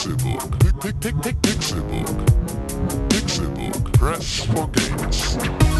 Pixelbook. Pixelbook. Pixelbook. Press for games.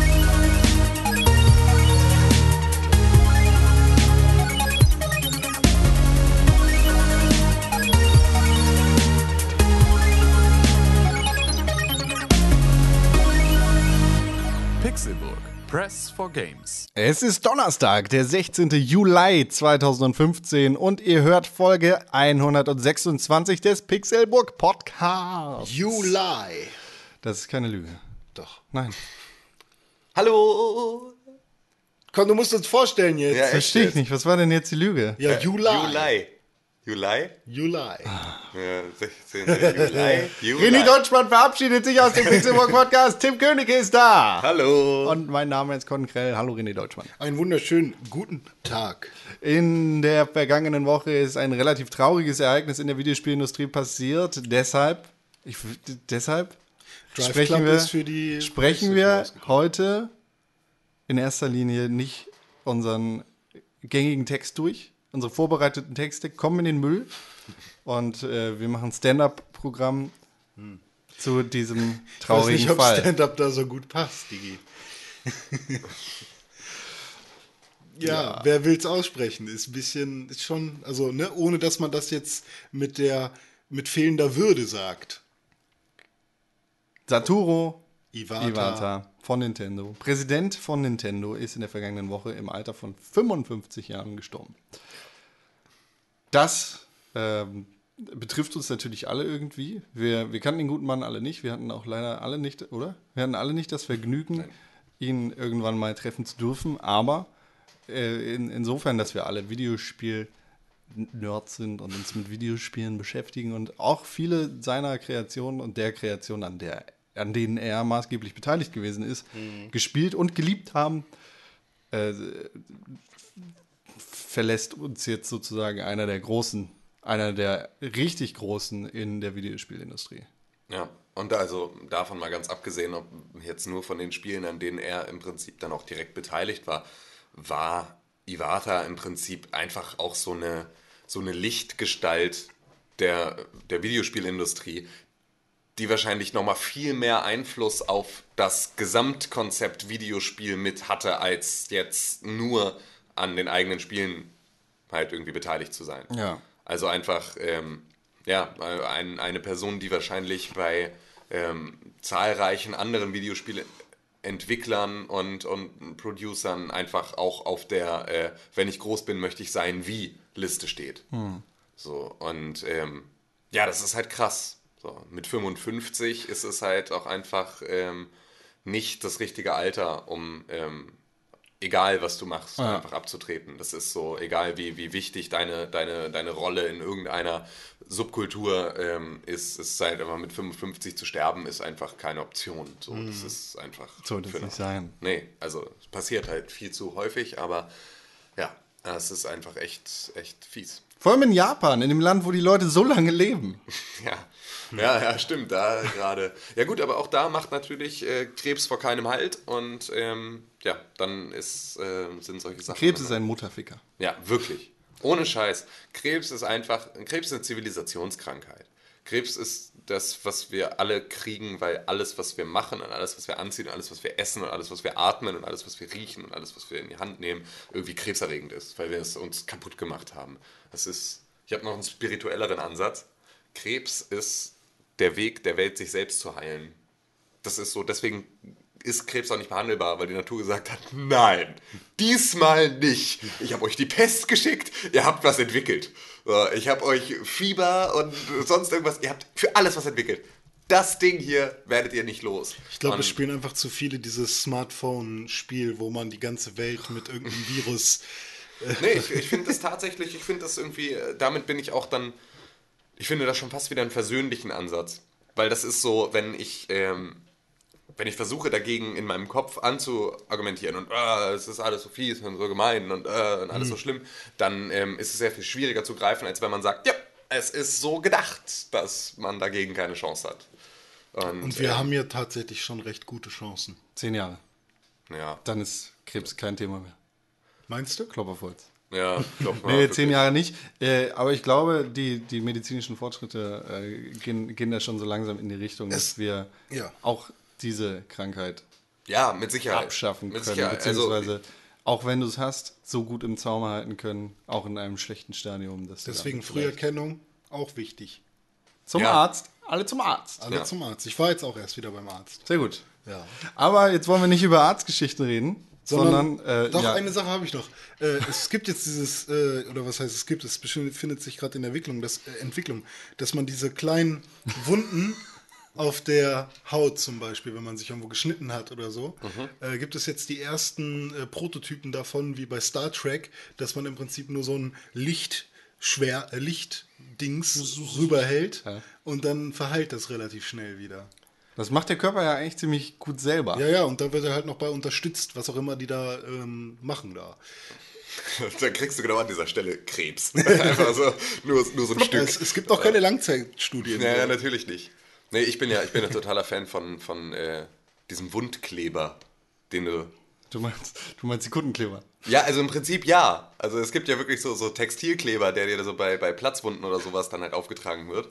Pixelbook. Press for Games. Es ist Donnerstag, der 16. Juli 2015 und ihr hört Folge 126 des Pixelbook Podcasts. Juli. Das ist keine Lüge. Doch. Nein. Hallo. Komm, du musst uns vorstellen jetzt. Ja, Verstehe ich nicht. Was war denn jetzt die Lüge? Ja, Juli. Juli? Juli. Ja, 16. Juli. René Deutschmann verabschiedet sich aus dem Pixelbook Podcast. Tim König ist da. Hallo. Und mein Name ist Con Krell. Hallo René Deutschmann. Einen wunderschönen guten Tag. In der vergangenen Woche ist ein relativ trauriges Ereignis in der Videospielindustrie passiert. Deshalb Drive sprechen Club wir, ist für die sprechen wir heute in erster Linie nicht unseren gängigen Text durch. Unsere vorbereiteten Texte kommen in den Müll und wir machen ein Stand-up-Programm zu diesem traurigen Ich weiß nicht, ob Fall. Stand-up da so gut passt, Digi. Ja, wer will's aussprechen? Ist ein bisschen, ist schon, also, ne, ohne dass man das jetzt mit fehlender Würde sagt. Satoru Iwata. von Nintendo, Präsident von Nintendo, ist in der vergangenen Woche im Alter von 55 Jahren gestorben. Das betrifft uns natürlich alle irgendwie. Wir kannten den guten Mann alle nicht. Wir hatten auch leider alle nicht, oder? Wir hatten alle nicht das Vergnügen, ihn irgendwann mal treffen zu dürfen. Aber insofern, dass wir alle Videospiel-Nerds sind und uns mit Videospielen beschäftigen und auch viele seiner Kreationen und der Kreation, an denen er maßgeblich beteiligt gewesen ist, gespielt und geliebt haben, verlässt uns jetzt sozusagen einer der richtig Großen in der Videospielindustrie. Ja, und also davon mal ganz abgesehen, ob jetzt nur von den Spielen, an denen er im Prinzip dann auch direkt beteiligt war Iwata im Prinzip einfach auch so eine Lichtgestalt der Videospielindustrie, die wahrscheinlich nochmal viel mehr Einfluss auf das Gesamtkonzept Videospiel mit hatte, als jetzt nur an den eigenen Spielen halt irgendwie beteiligt zu sein. Ja. Also einfach, eine Person, die wahrscheinlich bei zahlreichen anderen Videospielentwicklern und Producern einfach auch auf der wenn ich groß bin, möchte ich sein wie Liste steht. So, und das ist halt krass. So, mit 55 ist es halt auch einfach nicht das richtige Alter, um egal was du machst, einfach abzutreten. Das ist so, egal wie wichtig deine Rolle in irgendeiner Subkultur ist halt einfach mit 55 zu sterben, ist einfach keine Option. So, das ist einfach. Sollte es nicht sein. Nee, also es passiert halt viel zu häufig, aber ja, es ist einfach echt fies. Vor allem in Japan, in dem Land, wo die Leute so lange leben. Ja, stimmt, da gerade. Ja gut, aber auch da macht natürlich Krebs vor keinem Halt und dann sind solche Sachen. Krebs ist ein Mutterficker. Ja, wirklich. Ohne Scheiß. Krebs ist eine Zivilisationskrankheit. Krebs ist das, was wir alle kriegen, weil alles, was wir machen und alles, was wir anziehen und alles, was wir essen und alles, was wir atmen und alles, was wir riechen und alles, was wir in die Hand nehmen, irgendwie krebserregend ist, weil wir es uns kaputt gemacht haben. Ich habe noch einen spirituelleren Ansatz. Krebs ist der Weg der Welt, sich selbst zu heilen. Das ist so, deswegen ist Krebs auch nicht behandelbar, weil die Natur gesagt hat, nein, diesmal nicht. Ich habe euch die Pest geschickt, ihr habt was entwickelt. Ich habe euch Fieber und sonst irgendwas, ihr habt für alles was entwickelt. Das Ding hier werdet ihr nicht los. Ich glaube, es spielen einfach zu viele dieses Smartphone-Spiel, wo man die ganze Welt mit irgendeinem Virus... Nee, ich finde das tatsächlich, irgendwie, damit bin ich auch dann, ich finde das schon fast wieder einen versöhnlichen Ansatz. Weil das ist so, wenn ich versuche dagegen in meinem Kopf anzuargumentieren und es ist alles so fies und so gemein und alles so schlimm, dann ist es sehr viel schwieriger zu greifen, als wenn man sagt, ja, es ist so gedacht, dass man dagegen keine Chance hat. Und wir haben ja tatsächlich schon recht gute Chancen. 10 Jahre. Ja. Dann ist Krebs kein Thema mehr. Meinst du? Klopf auf Holz. Ja, klopf mal. Nee, auf, 10 wirklich. Jahre nicht. Aber ich glaube, die medizinischen Fortschritte gehen da schon so langsam in die Richtung, dass wir ja. auch diese Krankheit Ja, mit Sicherheit. abschaffen Mit können, Sicherheit. beziehungsweise auch wenn du es hast, so gut im Zaum halten können, auch in einem schlechten Stadium. Dass du Deswegen damit vielleicht- Früherkennung auch wichtig. Zum Ja. Arzt, alle zum Arzt. Alle Ja. zum Arzt. Ich war jetzt auch erst wieder beim Arzt. Sehr gut. Ja. Aber jetzt wollen wir nicht über Arztgeschichten reden, sondern Doch, ja, eine Sache habe ich noch. Es gibt jetzt dieses, oder was heißt es gibt, es befindet sich gerade in der Entwicklung, dass man diese kleinen Wunden auf der Haut zum Beispiel, wenn man sich irgendwo geschnitten hat oder so, gibt es jetzt die ersten Prototypen davon, wie bei Star Trek, dass man im Prinzip nur so ein Lichtdings rüberhält und dann verheilt das relativ schnell wieder. das macht der Körper ja eigentlich ziemlich gut selber. Ja, ja, und da wird er halt noch bei unterstützt, was auch immer die da machen da. Dann kriegst du genau an dieser Stelle Krebs. Einfach so, nur so ein Stück. Es gibt auch keine Langzeitstudien. Ja, natürlich nicht. Nee, ich bin ja ein totaler Fan von diesem Wundkleber, den du... Du meinst die Kundenkleber. Ja, also im Prinzip ja. Also es gibt ja wirklich so Textilkleber, der dir so bei Platzwunden oder sowas dann halt aufgetragen wird.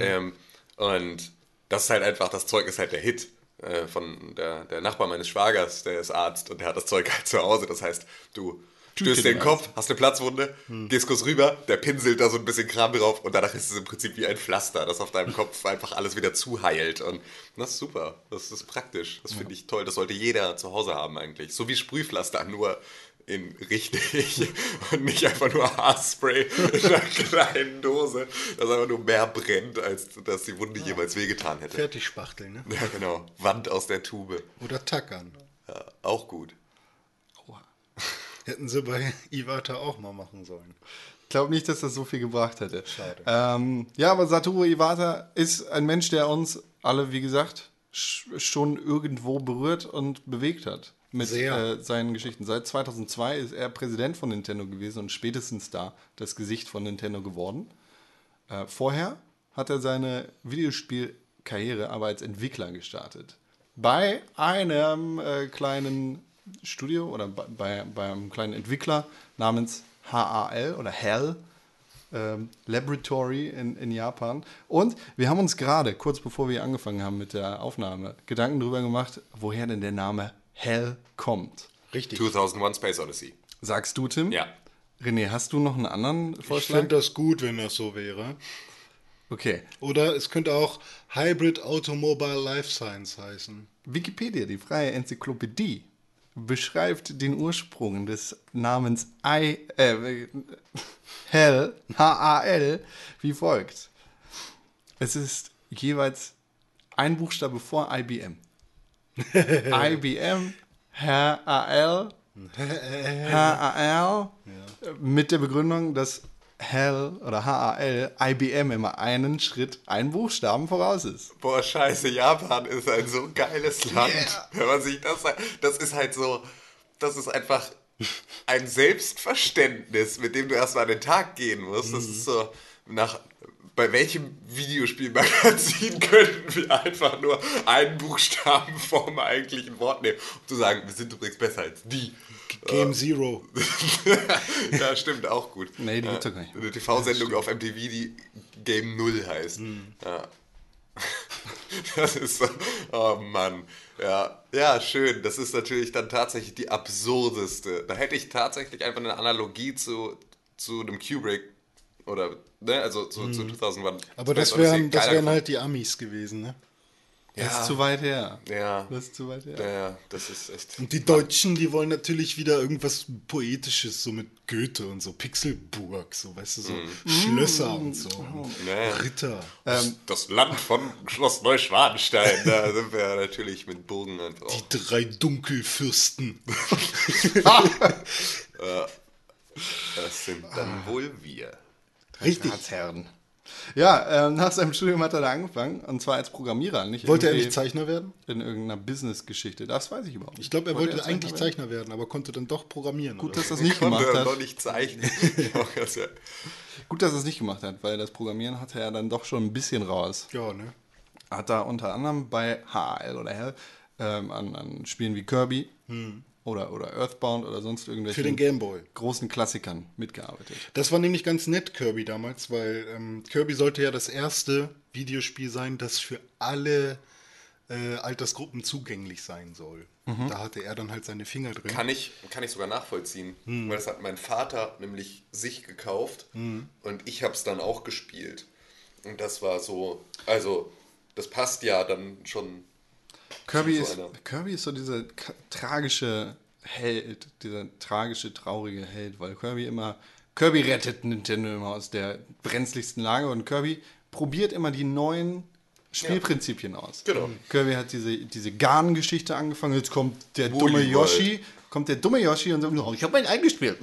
Und das ist halt einfach, das Zeug ist halt der Hit. Von der Nachbar meines Schwagers, der ist Arzt und der hat das Zeug halt zu Hause. Das heißt, du stößt den Kopf, hast eine Platzwunde, gehst kurz rüber, der pinselt da so ein bisschen Kram drauf und danach ist es im Prinzip wie ein Pflaster, das auf deinem Kopf einfach alles wieder zuheilt. Und das ist super, das ist praktisch, das finde ich toll. Das sollte jeder zu Hause haben eigentlich. So wie Sprühpflaster, nur in richtig und nicht einfach nur Haarspray in einer kleinen Dose, das einfach nur mehr brennt, als dass die Wunde jemals wehgetan hätte. Fertigspachteln, ne? Ja, genau. Wand aus der Tube. Oder Tackern. Ja, auch gut. Hätten sie bei Iwata auch mal machen sollen. Ich glaube nicht, dass das so viel gebracht hätte. Schade. Ja, aber Satoru Iwata ist ein Mensch, der uns alle, wie gesagt, schon irgendwo berührt und bewegt hat mit Sehr. seinen Geschichten. Seit 2002 ist er Präsident von Nintendo gewesen und spätestens da das Gesicht von Nintendo geworden. Vorher hat er seine Videospielkarriere aber als Entwickler gestartet. Bei einem kleinen Studio oder bei einem kleinen Entwickler namens HAL oder HAL Laboratory in Japan. Und wir haben uns gerade, kurz bevor wir angefangen haben mit der Aufnahme, Gedanken darüber gemacht, woher denn der Name HAL kommt. Richtig. 2001 Space Odyssey. Sagst du, Tim? Ja. René, hast du noch einen anderen Ich Vorschlag? fände das gut, wenn das so wäre. Okay. Oder es könnte auch Hybrid Automobile Life Science heißen. Wikipedia, die freie Enzyklopädie, beschreibt den Ursprung des Namens HAL, HAL, wie folgt. Es ist jeweils ein Buchstabe vor IBM. IBM, HAL, mit der Begründung, dass HAL oder HAL IBM immer einen Schritt, einen Buchstaben voraus ist. Boah, scheiße, Japan ist ein so geiles Land. Wenn man sich das ist halt so, das ist einfach ein Selbstverständnis, mit dem du erstmal an den Tag gehen musst. Das ist so, bei welchem Videospielmagazin könnten wir einfach nur einen Buchstaben vom eigentlichen Wort nehmen, um zu sagen, wir sind übrigens besser als die. Game Zero. Ja, stimmt, auch gut. Nee, die gibt's doch gar nicht. Eine TV-Sendung auf MTV, die Game 0 heißt. Ja. Das ist so, oh Mann. Ja, schön. Das ist natürlich dann tatsächlich die absurdeste. Da hätte ich tatsächlich einfach eine Analogie zu einem Kubrick oder, ne, also zu 2001. Aber das Space Odyssey. wären Geiler halt die Amis gewesen, ne? Das Ja. ist zu weit her. Ja. Das ist zu weit her. Ja, das ist echt. Und die Deutschen, die wollen natürlich wieder irgendwas Poetisches, so mit Goethe und so Pixelburg, so, weißt du, so Schlösser und so. Ja. Ritter. Das Land von Schloss Neuschwanstein, da sind wir natürlich mit Burgen einfach auch. Die 3 Dunkelfürsten. Das sind dann wohl wir. Richtig. Ratsherren. Ja, nach seinem Studium hat er da angefangen, und zwar als Programmierer, nicht Wollte er irgendwie nicht Zeichner werden? in irgendeiner Business-Geschichte. Das weiß ich überhaupt nicht. Ich glaube, er wollte er eigentlich werden? Zeichner werden, aber konnte dann doch programmieren. Gut, oder dass er es nicht Konnte gemacht er noch hat. nicht zeichnen. Ja. Gut, dass er es nicht gemacht hat, weil das Programmieren hatte er dann doch schon ein bisschen raus. so. Ja, ne? Hat da unter anderem bei HAL oder HAL an Spielen wie Kirby oder Earthbound oder sonst irgendwelchen Für den Game Boy. großen Klassikern mitgearbeitet. Das war nämlich ganz nett, Kirby damals, weil Kirby sollte ja das erste Videospiel sein, das für alle Altersgruppen zugänglich sein soll. Da hatte er dann halt seine Finger drin. Kann ich sogar nachvollziehen, weil das hat mein Vater nämlich sich gekauft und ich habe es dann auch gespielt. Und das war so, also das passt ja dann schon. Kirby zu ist, einer- Kirby ist so dieser tragische Held, dieser tragische, traurige Held, weil Kirby rettet Nintendo immer aus der brenzligsten Lage und Kirby probiert immer die neuen Spielprinzipien aus. Genau. Kirby hat diese Garn-Geschichte angefangen, jetzt kommt der dumme Woolly Yoshi, und sagt, oh, ich habe mein eigenes Spiel.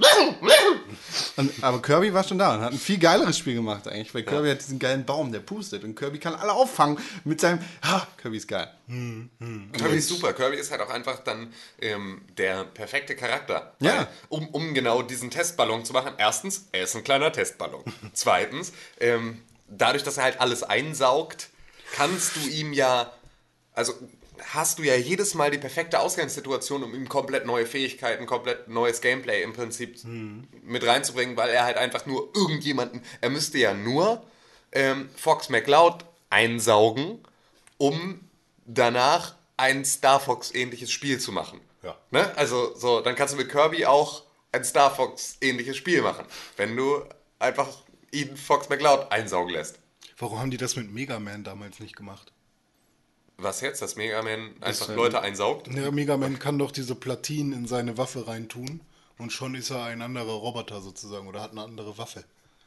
Aber Kirby war schon da und hat ein viel geileres Spiel gemacht eigentlich, weil Kirby hat diesen geilen Baum, der pustet und Kirby kann alle auffangen mit seinem, Kirby ist geil. Kirby ist super. Kirby ist halt auch einfach dann der perfekte Charakter. Ja. Weil, um genau diesen Testballon zu machen. Erstens, er ist ein kleiner Testballon. Zweitens, dadurch, dass er halt alles einsaugt, kannst du ihm ja, also hast du ja jedes Mal die perfekte Ausgangssituation, um ihm komplett neue Fähigkeiten, komplett neues Gameplay im Prinzip mit reinzubringen, weil er halt einfach nur irgendjemanden, er müsste ja nur Fox McCloud einsaugen, um danach ein Star Fox-ähnliches Spiel zu machen. Ja. Ne? Also so, dann kannst du mit Kirby auch ein Star Fox-ähnliches Spiel machen, wenn du einfach ihn Fox McCloud einsaugen lässt. Warum haben die das mit Mega Man damals nicht gemacht? Was jetzt, dass Mega Man einfach halt- Leute einsaugt? Ja, Mega Man kann doch diese Platinen in seine Waffe reintun und schon ist er ein anderer Roboter sozusagen oder hat eine andere Waffe.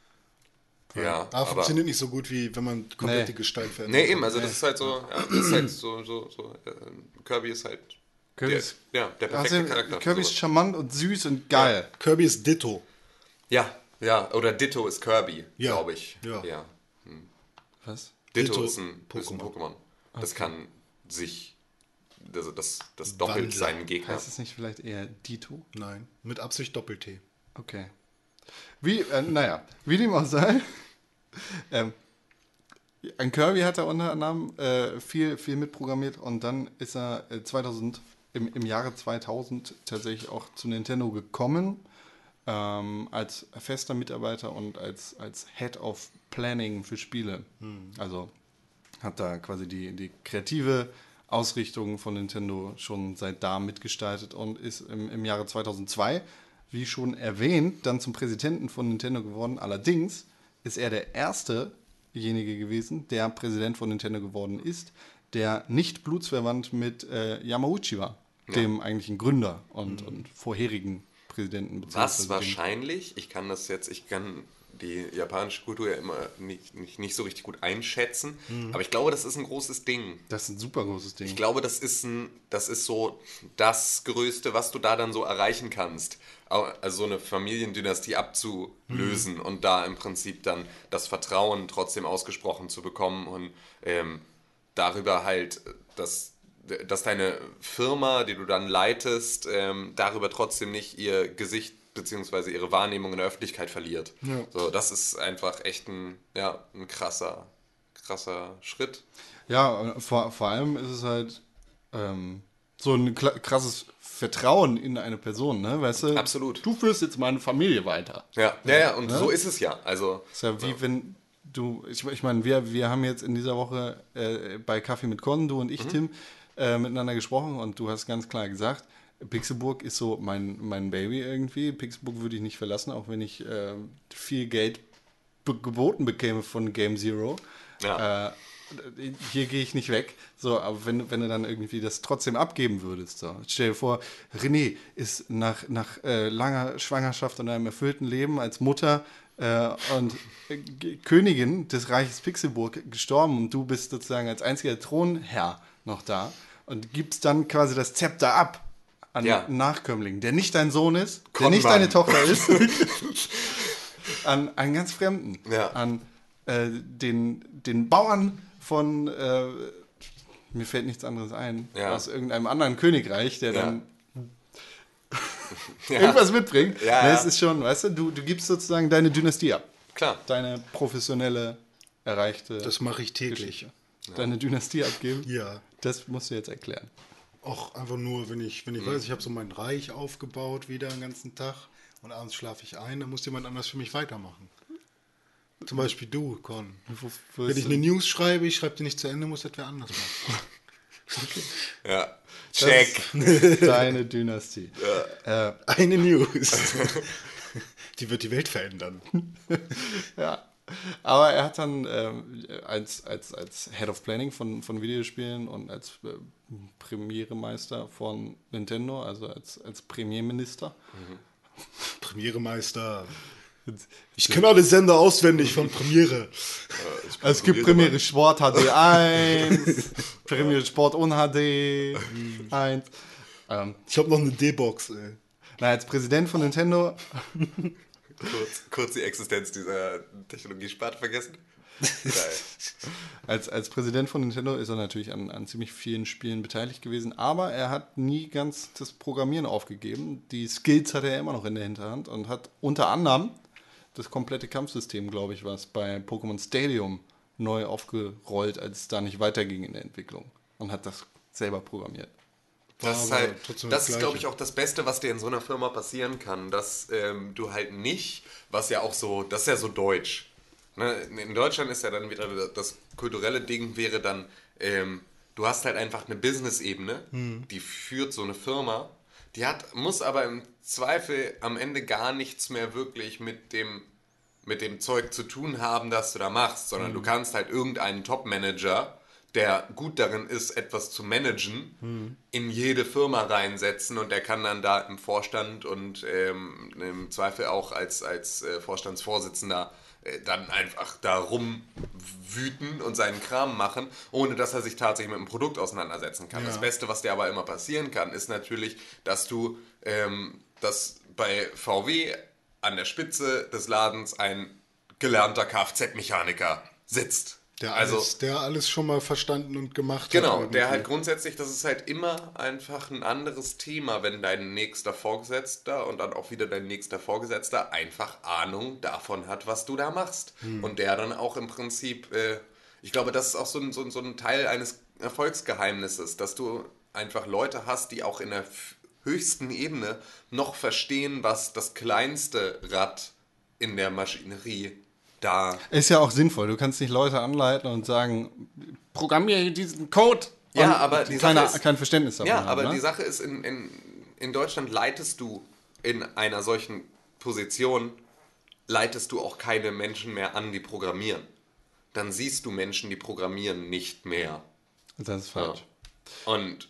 Ja, Aber funktioniert nicht so gut, wie wenn man komplett Nee. die Gestalt verändert. Nee, eben, also das ist halt so, ja, das ist halt so Kirby ist halt Kirby ist, der perfekte außerdem, Charakter. für Kirby ist sowas. charmant und süß und geil. Kirby ist Ditto. Ja, oder Ditto ist Kirby, Ja, glaube ich. ja. Was? Ditto, Ditto ist ein Pokémon. Das kann sich, also das doppelt Wandler. seinen Gegner. Heißt es nicht vielleicht eher Dito? Nein, mit Absicht Doppel-T. Okay. Wie dem auch sei. An Kirby hat er unter anderem viel mitprogrammiert und dann ist er im Jahre 2000 tatsächlich auch zu Nintendo gekommen, als fester Mitarbeiter und als Head of Planning für Spiele. Also hat da quasi die kreative Ausrichtung von Nintendo schon seit da mitgestaltet und ist im Jahre 2002, wie schon erwähnt, dann zum Präsidenten von Nintendo geworden. Allerdings ist er der erstejenige gewesen, der Präsident von Nintendo geworden ist, der nicht blutsverwandt mit Yamauchi war, dem eigentlichen Gründer und vorherigen Präsidenten. Was beziehungsweise dem- wahrscheinlich, ich kann die japanische Kultur ja immer nicht so richtig gut einschätzen, aber ich glaube, das ist ein großes Ding. Das ist ein super großes Ding. Ich glaube, das ist so das Größte, was du da dann so erreichen kannst. Also so eine Familiendynastie abzulösen und da im Prinzip dann das Vertrauen trotzdem ausgesprochen zu bekommen und darüber halt, dass deine Firma, die du dann leitest, darüber trotzdem nicht ihr Gesicht bzw. ihre Wahrnehmung in der Öffentlichkeit verliert. Ja. So, das ist einfach echt ein krasser Schritt. Ja, vor allem ist es halt so ein krasses Vertrauen in eine Person, ne? Weißt du? Absolut. Du führst jetzt meine Familie weiter. Ja, und so ist es ja. Also, Das ist ja wie wenn du, ich meine, wir haben jetzt in dieser Woche bei Kaffee mit Con, du und ich, Tim, miteinander gesprochen und du hast ganz klar gesagt, Pixelburg ist so mein Baby irgendwie. Pixelburg würde ich nicht verlassen, auch wenn ich viel Geld geboten bekäme von Game Zero. ja. Hier gehe ich nicht weg. So, aber wenn du dann irgendwie das trotzdem abgeben würdest, so. Stell dir vor, René ist nach langer Schwangerschaft und einem erfüllten Leben als Mutter und Königin des Reiches Pixelburg gestorben und du bist sozusagen als einziger Thronherr noch da und gibst dann quasi das Zepter ab an einen Nachkömmling, der nicht dein Sohn ist, der Konman. nicht deine Tochter ist, an einen ganz Fremden, Ja. an den Bauern von, mir fällt nichts anderes ein, aus irgendeinem anderen Königreich, der dann irgendwas mitbringt. Ja, Ne, ja. es ist schon, weißt du gibst sozusagen deine Dynastie ab. Klar. Deine professionelle, erreichte Das mache ich täglich. Geschichte. Deine Dynastie abgeben, Ja. das musst du jetzt erklären. Auch einfach nur, wenn ich weiß, ich habe so mein Reich aufgebaut wieder den ganzen Tag und abends schlafe ich ein, dann muss jemand anders für mich weitermachen. Zum Beispiel du, Con. Wenn ich eine News schreibe, ich schreibe die nicht zu Ende, muss das wer anders machen. Ja. Check. Deine Dynastie. Eine News. Die wird die Welt verändern. Ja. Aber er hat dann als Head of Planning von Videospielen und als Premieremeister von Nintendo, also als Premierminister. Premieremeister. Ich kenne alle Sender auswendig von Premiere. Es gibt Premiere Sport HD 1, Premiere Sport und HD 1. Ich habe noch eine D-Box, ey. Na, als Präsident von Nintendo. Kurz die Existenz dieser Technologiesparte vergessen. Als Präsident von Nintendo ist er natürlich an ziemlich vielen Spielen beteiligt gewesen, aber er hat nie ganz das Programmieren aufgegeben. Die Skills hat er immer noch in der Hinterhand und hat unter anderem das komplette Kampfsystem, glaube ich, was bei Pokémon Stadium neu aufgerollt, als es da nicht weiterging in der Entwicklung, und hat das selber programmiert. Das ist halt, das ist, glaube ich, auch das Beste, was dir in so einer Firma passieren kann, dass du halt nicht, was ja auch so, das ist ja so deutsch. Ne? In Deutschland ist ja dann wieder das kulturelle Ding wäre dann, du hast halt einfach eine Business-Ebene, die führt so eine Firma, muss aber im Zweifel am Ende gar nichts mehr wirklich mit dem Zeug zu tun haben, das du da machst, sondern du kannst halt irgendeinen Top-Manager, der gut darin ist, etwas zu managen, in jede Firma reinsetzen, und der kann dann da im Vorstand und im Zweifel auch als Vorstandsvorsitzender dann einfach da rumwüten und seinen Kram machen, ohne dass er sich tatsächlich mit dem Produkt auseinandersetzen kann. Ja. Das Beste, was dir aber immer passieren kann, ist natürlich, dass du, dass bei VW an der Spitze des Ladens ein gelernter Kfz-Mechaniker sitzt. Der alles schon mal verstanden und gemacht hat. Genau, der halt grundsätzlich, das ist halt immer einfach ein anderes Thema, wenn dein nächster Vorgesetzter und dann auch wieder dein nächster Vorgesetzter einfach Ahnung davon hat, was du da machst. Und der dann auch im Prinzip, ich glaube, das ist auch so ein Teil eines Erfolgsgeheimnisses, dass du einfach Leute hast, die auch in der höchsten Ebene noch verstehen, was das kleinste Rad in der Maschinerie da ist ja auch sinnvoll. Du kannst nicht Leute anleiten und sagen, programmiere diesen Code. Ja, aber die Sache ist, kein Verständnis davon. Ja, aber haben, ne? Die Sache ist, in Deutschland leitest du in einer solchen Position, leitest du auch keine Menschen mehr an, die programmieren. Dann siehst du Menschen, die programmieren, nicht mehr. Das ist falsch. Ja. Und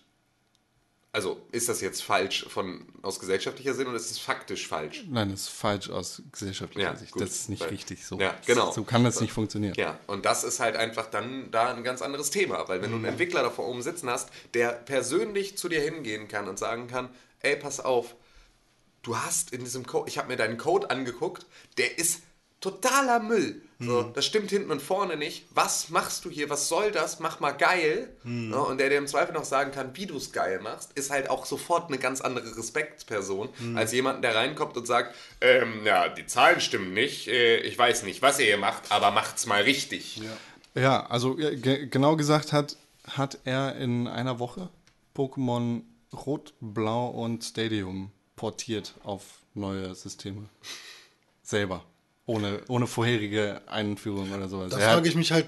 also ist das jetzt falsch aus gesellschaftlicher Sicht oder ist es faktisch falsch? Nein, das ist falsch aus gesellschaftlicher Sicht. Gut, das ist nicht richtig so. Ja, genau. So kann das nicht funktionieren. Ja, und das ist halt einfach dann da ein ganz anderes Thema, weil wenn du einen Entwickler da vor oben sitzen hast, der persönlich zu dir hingehen kann und sagen kann, ey, pass auf, du hast in diesem Code, ich habe mir deinen Code angeguckt, der ist totaler Müll. So, das stimmt hinten und vorne nicht. Was machst du hier? Was soll das? Mach mal geil. Ja, und der dir im Zweifel noch sagen kann, wie du es geil machst, ist halt auch sofort eine ganz andere Respektsperson, als jemand, der reinkommt und sagt, ja, die Zahlen stimmen nicht, ich weiß nicht, was ihr hier macht, aber macht's mal richtig. Ja, also genau gesagt hat er in einer Woche Pokémon Rot, Blau und Stadium portiert auf neue Systeme. Selber. Ohne vorherige Einführung oder sowas. Da frage ich mich halt,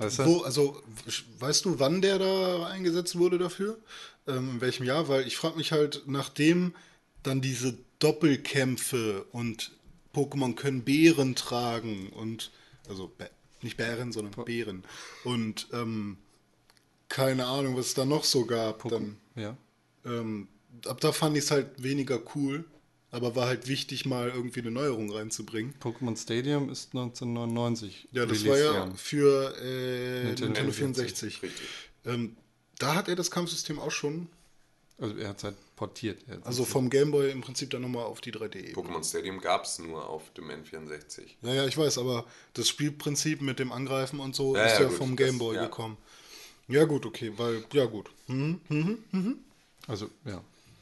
weißt du, wann der da eingesetzt wurde dafür? In welchem Jahr? Weil ich frage mich halt, nachdem dann diese Doppelkämpfe und Pokémon können Beeren tragen und, also nicht Bären, sondern Beeren. Und keine Ahnung, was es da noch so gab. Ab da fand ich es halt weniger cool. Aber war halt wichtig, mal irgendwie eine Neuerung reinzubringen. Pokémon Stadium ist 1999. Ja, das war ja für Nintendo 64. Richtig. Da hat er das Kampfsystem auch schon. Also er hat es halt portiert. Also vom Gameboy im Prinzip dann nochmal auf die 3D. Pokémon Stadium gab es nur auf dem N64. Ja, ich weiß, aber das Spielprinzip mit dem Angreifen und so ist ja vom Gameboy gekommen. Ja gut, okay, weil, ja gut. Also, ja.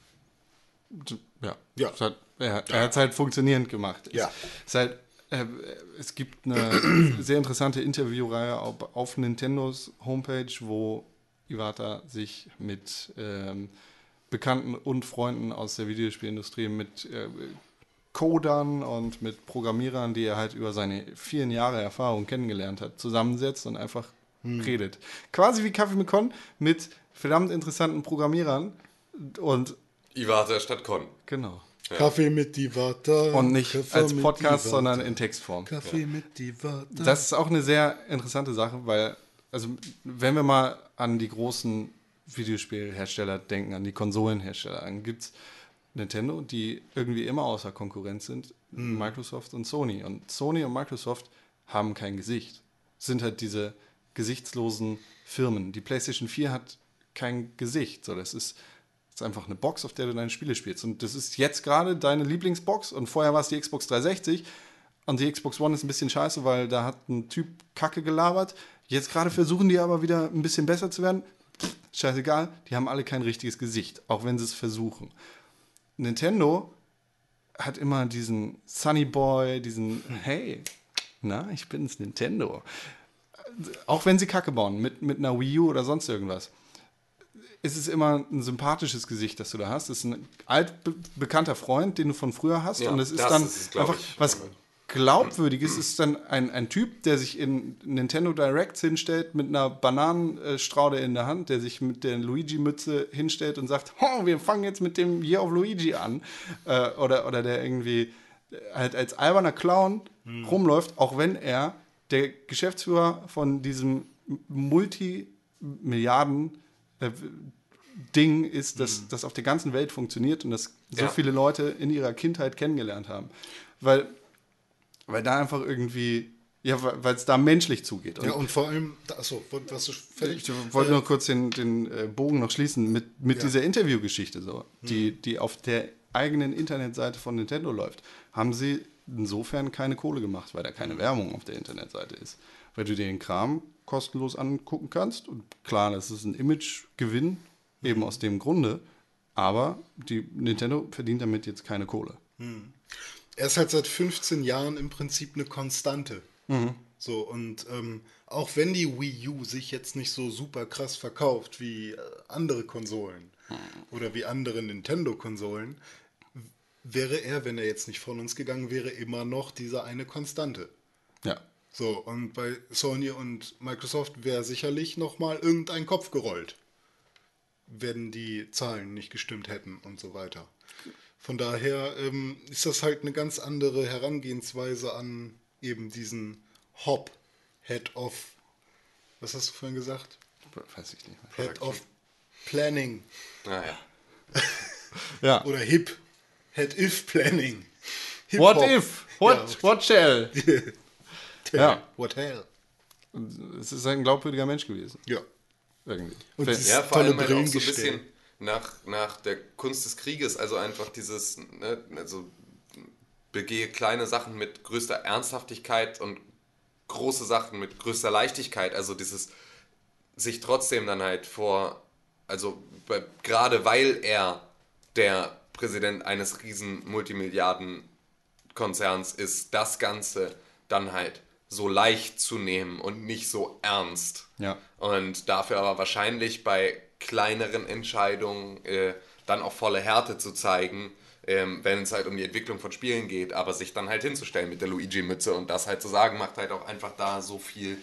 Ja. Er hat es halt funktionierend gemacht. Ja. Es gibt eine sehr interessante Interviewreihe auf Nintendos Homepage, wo Iwata sich mit Bekannten und Freunden aus der Videospielindustrie, mit Codern und mit Programmierern, die er halt über seine vielen Jahre Erfahrung kennengelernt hat, zusammensetzt und einfach redet. Quasi wie Kaffee mit Con mit verdammt interessanten Programmierern und Iwata statt Con. genau. Ja. Kaffee mit Divata. Und nicht Kaffee als mit Podcast, Divata. sondern in Textform. Kaffee mit Divata. Das ist auch eine sehr interessante Sache, weil, also wenn wir mal an die großen Videospielhersteller denken, an die Konsolenhersteller, dann gibt es Nintendo, die irgendwie immer außer Konkurrenz sind, Microsoft und Sony. Und Sony und Microsoft haben kein Gesicht. Sind halt diese gesichtslosen Firmen. Die PlayStation 4 hat kein Gesicht. So, das ist einfach eine Box, auf der du deine Spiele spielst. Und das ist jetzt gerade deine Lieblingsbox und vorher war es die Xbox 360 und die Xbox One ist ein bisschen scheiße, weil da hat ein Typ Kacke gelabert. Jetzt gerade versuchen die aber wieder ein bisschen besser zu werden. Scheißegal, die haben alle kein richtiges Gesicht, auch wenn sie es versuchen. Nintendo hat immer diesen Sunny Boy, diesen hey, na, ich bin's, Nintendo. Auch wenn sie Kacke bauen, mit einer Wii U oder sonst irgendwas, ist es immer ein sympathisches Gesicht, das du da hast. Es ist ein altbekannter Freund, den du von früher hast. Ja, und es ist das dann ist es, glaub einfach ich. was Glaubwürdiges. Ist dann ein Typ, der sich in Nintendo Directs hinstellt mit einer Bananenstraude in der Hand, der sich mit der Luigi-Mütze hinstellt und sagt, oh, wir fangen jetzt mit dem Year of Luigi an. Oder der irgendwie halt als alberner Clown rumläuft, auch wenn er der Geschäftsführer von diesem Multimilliarden Ding ist, das auf der ganzen Welt funktioniert und das so viele Leute in ihrer Kindheit kennengelernt haben. Weil da einfach irgendwie, ja, weil es da menschlich zugeht. Ja, und vor allem, achso, warst du fertig? Ich wollte nur kurz den Bogen noch schließen mit dieser Interviewgeschichte, so, die auf der eigenen Internetseite von Nintendo läuft. Haben sie insofern keine Kohle gemacht, weil da keine Werbung auf der Internetseite ist. Weil du dir den Kram kostenlos angucken kannst. Und klar, das ist ein Imagegewinn, eben aus dem Grunde. Aber die Nintendo verdient damit jetzt keine Kohle. Er ist halt seit 15 Jahren im Prinzip eine Konstante. So, und auch wenn die Wii U sich jetzt nicht so super krass verkauft wie andere Konsolen oder wie andere Nintendo-Konsolen, wäre er, wenn er jetzt nicht von uns gegangen wäre, immer noch diese eine Konstante. Ja. So, und bei Sony und Microsoft wäre sicherlich nochmal irgendein Kopf gerollt, wenn die Zahlen nicht gestimmt hätten und so weiter. Von daher ist das halt eine ganz andere Herangehensweise an eben diesen Hop, Head of, was hast du vorhin gesagt? Weiß ich nicht. Head of Planning Naja. Ja. oder HIP, Head if Planning. What Hip-Hop. if? What shall? Ja. What hell? Es ist ein glaubwürdiger Mensch gewesen. Ja. Irgendwie. Und dieses Ja, vor tolle allem halt auch so ein Brillengestell. bisschen nach der Kunst des Krieges, also einfach dieses, ne, also begehe kleine Sachen mit größter Ernsthaftigkeit und große Sachen mit größter Leichtigkeit, also dieses sich trotzdem dann halt gerade weil er der Präsident eines riesen Multimilliarden-Konzerns ist, das Ganze dann halt so leicht zu nehmen und nicht so ernst. Ja. Und dafür aber wahrscheinlich bei kleineren Entscheidungen dann auch volle Härte zu zeigen, wenn es halt um die Entwicklung von Spielen geht, aber sich dann halt hinzustellen mit der Luigi-Mütze und das halt zu sagen, macht halt auch einfach da so viel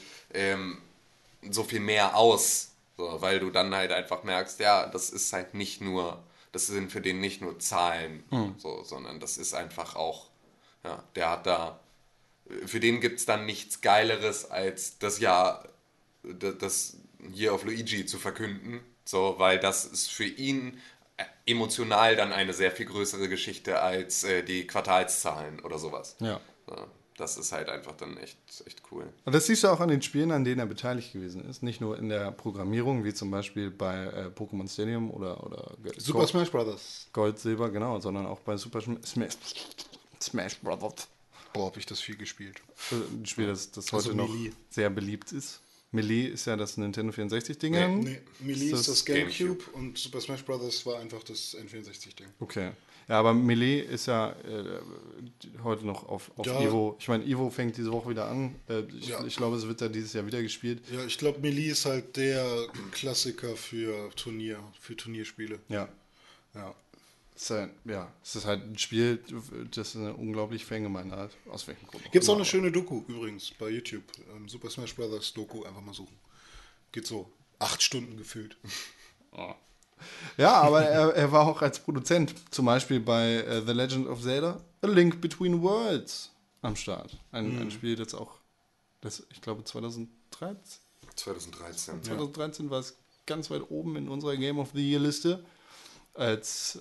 mehr aus, so, weil du dann halt einfach merkst, ja, das ist halt nicht nur, das sind für den nicht nur Zahlen, so, sondern das ist einfach auch, ja, der hat da, für den gibt es dann nichts Geileres, als das Year of Luigi zu verkünden, so, weil das ist für ihn emotional dann eine sehr viel größere Geschichte als die Quartalszahlen oder sowas. Ja. So, das ist halt einfach dann echt cool. Und das siehst du auch an den Spielen, an denen er beteiligt gewesen ist. Nicht nur in der Programmierung, wie zum Beispiel bei Pokémon Stadium oder Super Smash Brothers. Gold, Silber, genau, sondern auch bei Super Smash Brothers. Boah, hab ich das viel gespielt. Ein Spiel, das Also heute noch Melee. sehr beliebt ist. Melee ist ja das Nintendo 64-Ding. Nee, Melee ist das Gamecube. Gamecube und Super Smash Brothers war einfach das N64-Ding. Okay. Ja, aber Melee ist ja heute noch auf Ja. Evo. Ich meine, Evo fängt diese Woche wieder an. Ja. Ich glaube, es wird da dieses Jahr wieder gespielt. Ja, ich glaube, Melee ist halt der Klassiker für Turnierspiele. Ja. Ja. Es ist halt ein Spiel, das eine unglaubliche Fangemeinde hat. Aus welchem Grund? Gibt es auch immer. eine schöne Doku übrigens bei YouTube. Super Smash Bros. Doku, einfach mal suchen. Geht so 8 Stunden gefühlt. Ja, aber er war auch als Produzent, zum Beispiel bei The Legend of Zelda, A Link Between Worlds am Start. Ein Spiel, ich glaube 2013. 2013. 2013 war es ganz weit oben in unserer Game of the Year Liste als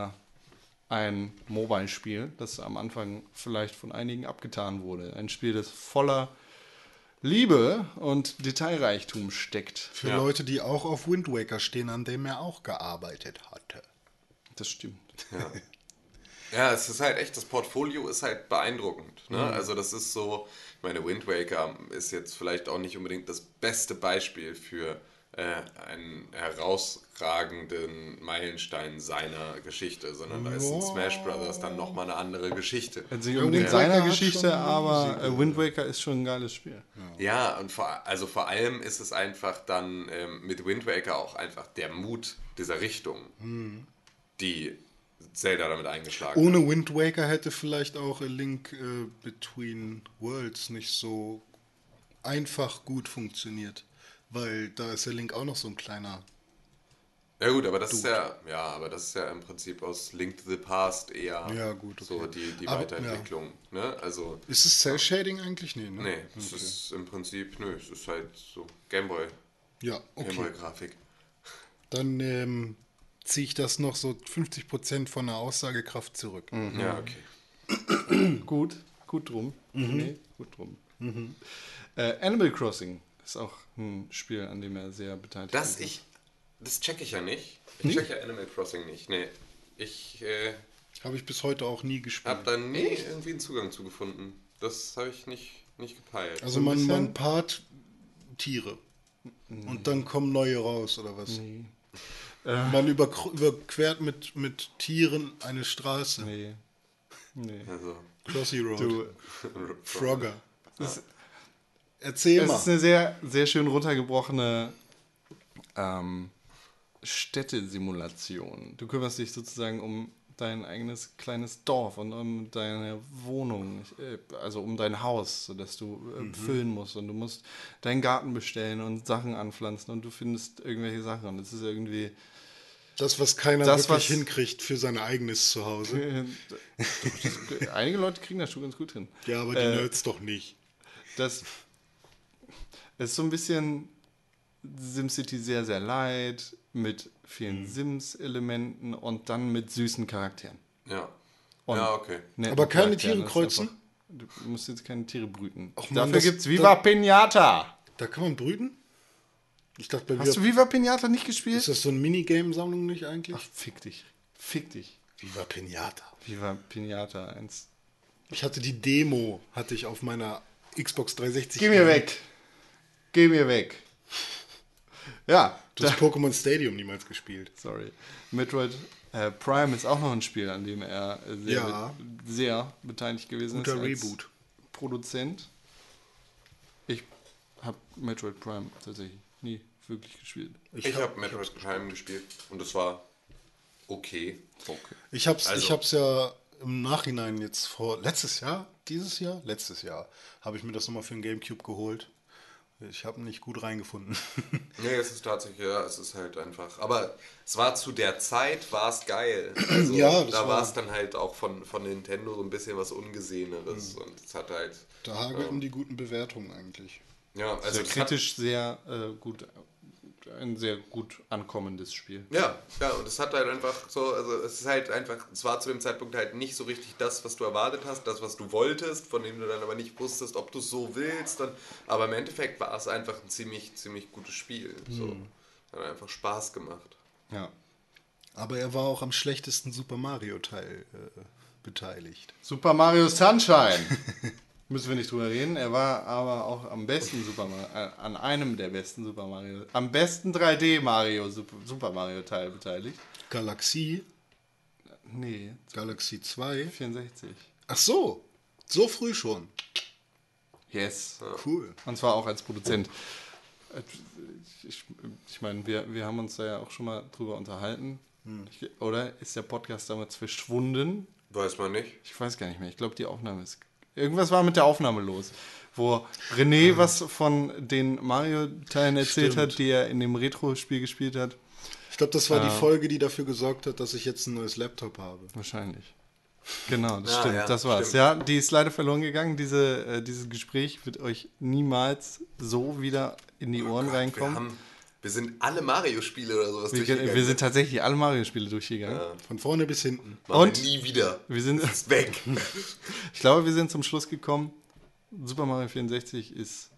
ein Mobile-Spiel, das am Anfang vielleicht von einigen abgetan wurde. Ein Spiel, das voller Liebe und Detailreichtum steckt. Für Ja. Leute, die auch auf Wind Waker stehen, an dem er auch gearbeitet hatte. Das stimmt. Ja, es ist halt echt, das Portfolio ist halt beeindruckend. Ne? Also das ist so, ich meine, Wind Waker ist jetzt vielleicht auch nicht unbedingt das beste Beispiel für einen herausragenden Meilenstein seiner Geschichte, sondern da ist ein Smash Brothers dann nochmal eine andere Geschichte. Also nicht Ja, unbedingt Wind seiner Waker hat Geschichte, schon aber riesige- Wind Waker ist schon ein geiles Spiel. Ja, und vor allem ist es einfach dann mit Wind Waker auch einfach der Mut dieser Richtung, die Zelda damit eingeschlagen hat. Ohne Wind Waker hätte vielleicht auch A Link Between Worlds nicht so einfach gut funktioniert. Weil da ist der Link auch noch so ein kleiner. Ja gut, aber das ist aber das ist ja im Prinzip aus Link to the Past eher Ja, gut, okay. so die Aber, Weiterentwicklung. Ne? Also, Ist es Cell Shading eigentlich? Nee, ne? nee, es ist im Prinzip, es ist halt so Ja, okay. Gameboy-Grafik. Dann ziehe ich das noch so 50% von der Aussagekraft zurück. Ja, okay. Gut drum. Nee, gut drum. Animal Crossing ist auch ein Spiel, an dem er sehr beteiligt ist. Das checke ich ja nicht. Ich checke ja Animal Crossing nicht. Nee, ich Habe ich bis heute auch nie gespielt. habe da nie irgendwie einen Zugang zu gefunden. Das habe ich nicht gepeilt. Also man paart Tiere. Und dann kommen neue raus, oder was? Man überquert mit Tieren eine Straße. Nee. Also, Crossy Road. Du, Frogger. Erzähl es mal. ist eine sehr, sehr schön runtergebrochene Städtesimulation. Du kümmerst dich sozusagen um dein eigenes kleines Dorf und um deine Wohnung, also um dein Haus, sodass du füllen musst und du musst deinen Garten bestellen und Sachen anpflanzen und du findest irgendwelche Sachen und es ist irgendwie Das, was keiner Das, wirklich was- hinkriegt für sein eigenes Zuhause. einige Leute kriegen das schon ganz gut hin. Ja, aber die Nerds doch nicht. Das ist so ein bisschen SimCity sehr, sehr light, mit vielen Sims-Elementen und dann mit süßen Charakteren. ja. Und Ja, okay. netten Aber keine Charakteren. Tiere Das ist kreuzen? einfach- Du musst jetzt keine Tiere brüten. Ach Mann, Dafür das- gibt's Viva Pinata. Da kann man brüten? Ich dachte, bei Hast du Viva Pinata nicht gespielt? ist das so eine Minigame-Sammlung nicht eigentlich? Ach, fick dich. Fick dich. Viva Pinata. Viva Pinata 1. Ich hatte die Demo, hatte ich auf meiner Xbox 360. Geh mir weg. Geh mir weg. Ja, Du hast Pokémon Stadium niemals gespielt. sorry. Metroid Prime ist auch noch ein Spiel, an dem er Ja. sehr beteiligt gewesen Guter ist. als Reboot. Produzent. Ich habe Metroid Prime tatsächlich nie wirklich gespielt. Ich habe Metroid Prime gespielt und es war okay. Ich hab's Also- ja im Nachhinein jetzt letztes Jahr habe ich mir das nochmal für den Gamecube geholt. Ich habe nicht gut reingefunden. Nee, es ist tatsächlich, es ist halt einfach. Aber es war zu der Zeit, war es geil. Also, Ja, das da war- war es dann halt auch von Nintendo so ein bisschen was Ungeseheneres. Und es hat halt. Da hagelten die guten Bewertungen eigentlich. Ja, also Also es kritisch sehr gut, ein sehr gut ankommendes Spiel. Ja, und es hat halt einfach so, also es ist halt einfach, es war zu dem Zeitpunkt halt nicht so richtig das, was du erwartet hast, das, was du wolltest, von dem du dann aber nicht wusstest, ob du es so willst. Aber im Endeffekt war es einfach ein ziemlich gutes Spiel. So. Hat einfach Spaß gemacht. Ja. Aber er war auch am schlechtesten Super Mario Teil beteiligt. Super Mario Sunshine. Müssen wir nicht drüber reden. Er war aber auch am besten an einem der besten Super Mario, am besten 3D Mario Super Mario Teil beteiligt. Galaxie Nee, 2. 64. Ach so früh schon. Yes. Cool. Und zwar auch als Produzent. Ich meine, wir haben uns da ja auch schon mal drüber unterhalten. Oder ist der Podcast damals verschwunden? Weiß man nicht. Ich weiß gar nicht mehr. Ich glaube, die Aufnahme ist... Irgendwas war mit der Aufnahme los, wo René was von den Mario-Teilen erzählt Stimmt. hat, die er in dem Retro-Spiel gespielt hat. Ich glaube, das war die Folge, die dafür gesorgt hat, dass ich jetzt ein neues Laptop habe. Wahrscheinlich. Genau, das Ah, stimmt. ja, Das war's. stimmt. Ja, die ist leider verloren gegangen. Dieses Gespräch wird euch niemals so wieder in die Ohren reinkommen. Wir sind alle Mario-Spiele oder sowas Wir sind tatsächlich alle Mario-Spiele durchgegangen. Von vorne bis hinten. Und nie wieder. wir sind, Ist weg. ich glaube, wir sind zum Schluss gekommen. Super Mario 64 ist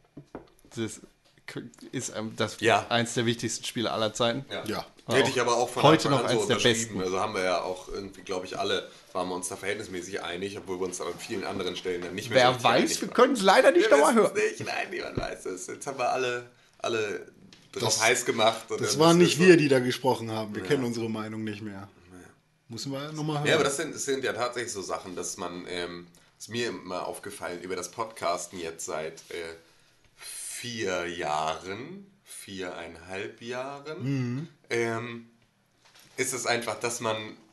das Ja. eins der wichtigsten Spiele aller Zeiten. Ja. Hätte ich aber auch von Heute Anfang noch an eins so der unterschrieben. besten. Also haben wir ja auch irgendwie, glaube ich, alle, waren wir uns da verhältnismäßig einig, obwohl wir uns dann an vielen anderen Stellen dann nicht mehr so Wer richtig weiß, einig wir waren. können es leider nicht Wir nochmal wissen's hören. nicht, nein, niemand weiß es. Jetzt haben wir alle drauf heiß gemacht. Und Das dann waren ist nicht so. wir, die da gesprochen haben. Wir kennen unsere Meinung nicht mehr. Müssen wir nochmal hören. Ja, aber das sind ja tatsächlich so Sachen, dass man, ist mir immer aufgefallen, über das Podcasten jetzt seit 4 Jahren, 4,5 Jahren, ist es einfach, dass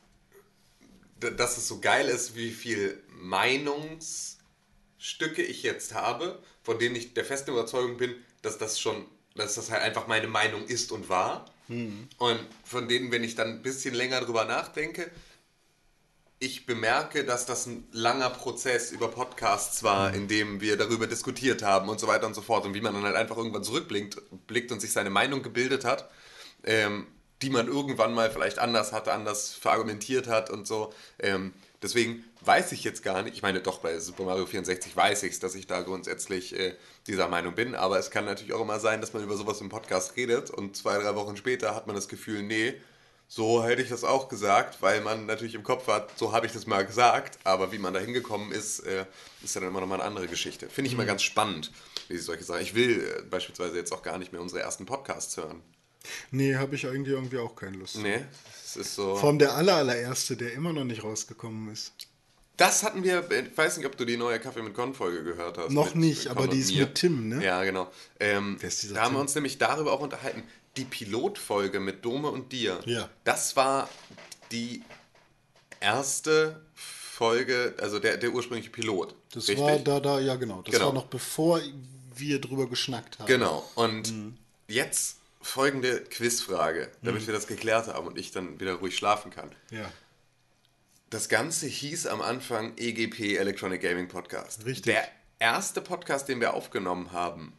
es so geil ist, wie viel Meinungsstücke ich jetzt habe, von denen ich der festen Überzeugung bin, dass das halt einfach meine Meinung ist und war. Und von denen, wenn ich dann ein bisschen länger drüber nachdenke, ich bemerke, dass das ein langer Prozess über Podcasts war, in dem wir darüber diskutiert haben und so weiter und so fort. Und wie man dann halt einfach irgendwann zurückblickt und sich seine Meinung gebildet hat, die man irgendwann mal vielleicht anders hatte, anders verargumentiert hat und so. Deswegen weiß ich jetzt gar nicht, ich meine doch, bei Super Mario 64 weiß ich es, dass ich da grundsätzlich dieser Meinung bin, aber es kann natürlich auch immer sein, dass man über sowas im Podcast redet und 2, 3 Wochen später hat man das Gefühl, nee, so hätte ich das auch gesagt, weil man natürlich im Kopf hat, so habe ich das mal gesagt, aber wie man da hingekommen ist, ist dann immer nochmal eine andere Geschichte. Finde ich immer ganz spannend, wie sie solche Sachen. Ich will beispielsweise jetzt auch gar nicht mehr unsere ersten Podcasts hören. Nee, habe ich eigentlich irgendwie auch keine Lust. Nee, es ist so... Vor allem der allererste, der immer noch nicht rausgekommen ist. Das hatten wir, ich weiß nicht, ob du die neue Kaffee mit Con-Folge gehört hast. Noch nicht, Con aber und die ist mir. mit Tim, ne? Ja, genau. ist dieser Da haben wir Tim? uns nämlich darüber auch unterhalten. Die Pilotfolge mit Dome und dir, Ja. das war die erste Folge, also der ursprüngliche Pilot. Das richtig? war ja genau. Das Genau. war noch bevor wir drüber geschnackt haben. Genau. Und jetzt folgende Quizfrage, damit wir das geklärt haben und ich dann wieder ruhig schlafen kann. Ja. Das Ganze hieß am Anfang EGP, Electronic Gaming Podcast. Richtig. Der erste Podcast, den wir aufgenommen haben,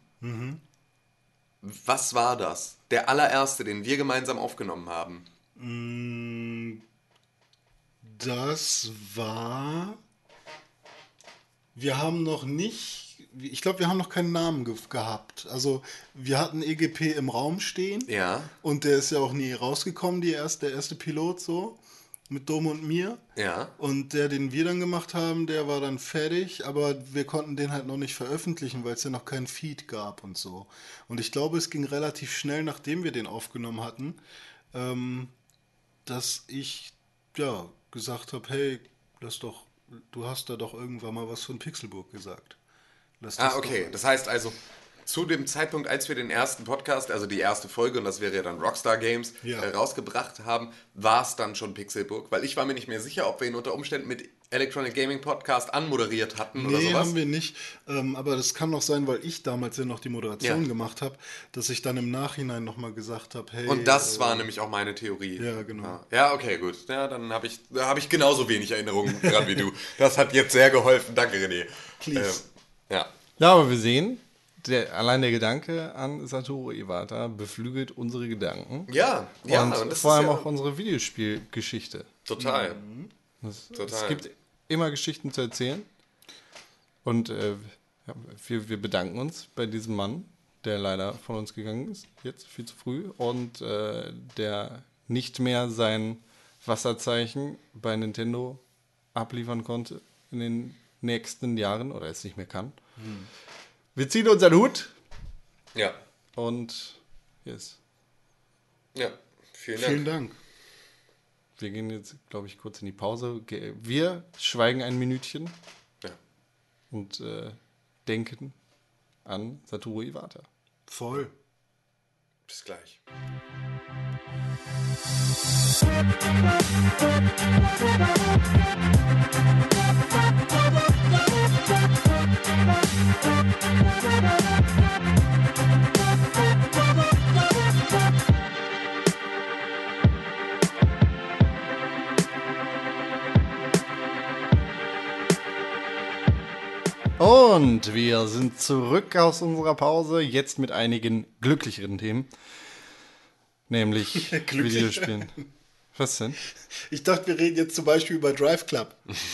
was war das? Der allererste, den wir gemeinsam aufgenommen haben. Das war... Wir haben noch nicht... Ich glaube, wir haben noch keinen Namen gehabt. Also, wir hatten EGP im Raum stehen. Ja, Und der ist ja auch nie rausgekommen, der erste Pilot so. Mit Dom und mir. ja. Und der, den wir dann gemacht haben, der war dann fertig, aber wir konnten den halt noch nicht veröffentlichen, weil es ja noch keinen Feed gab und so. Und ich glaube, es ging relativ schnell, nachdem wir den aufgenommen hatten, dass ich ja gesagt habe, hey, du hast da doch irgendwann mal was von Pixelburg gesagt. Lass das Okay. doch- Das heißt also, zu dem Zeitpunkt, als wir den ersten Podcast, also die erste Folge, und das wäre ja dann Rockstar Games, Ja. rausgebracht haben, war es dann schon Pixelburg? Weil ich war mir nicht mehr sicher, ob wir ihn unter Umständen mit Electronic Gaming Podcast anmoderiert hatten oder Nee, sowas. haben wir nicht. Aber das kann noch sein, weil ich damals ja noch die Moderation Ja. gemacht habe, dass ich dann im Nachhinein nochmal gesagt habe, hey... Und das war nämlich auch meine Theorie. Ja, genau. Ja, okay, gut. Ja, dann habe ich genauso wenig Erinnerungen dran wie du. Das hat jetzt sehr geholfen. Danke, René. Please. Ja. Ja, aber wir sehen, allein der Gedanke an Satoru Iwata beflügelt unsere Gedanken. Ja, und das vor allem ist ja auch unsere Videospielgeschichte. total. Es Total. gibt immer Geschichten zu erzählen. Und wir bedanken uns bei diesem Mann, der leider von uns gegangen ist, jetzt viel zu früh, und der nicht mehr sein Wasserzeichen bei Nintendo abliefern konnte in den nächsten Jahren oder es nicht mehr kann. Wir ziehen unseren Hut Ja. und yes. Ja. Vielen Dank. Vielen Dank. Wir gehen jetzt, glaube ich, kurz in die Pause. Wir schweigen ein Minütchen Ja. und denken an Satoru Iwata. Voll. Bis gleich. Und wir sind zurück aus unserer Pause, jetzt mit einigen glücklicheren Themen. Nämlich Videospielen. Was denn? Ich dachte, wir reden jetzt zum Beispiel über Drive Club.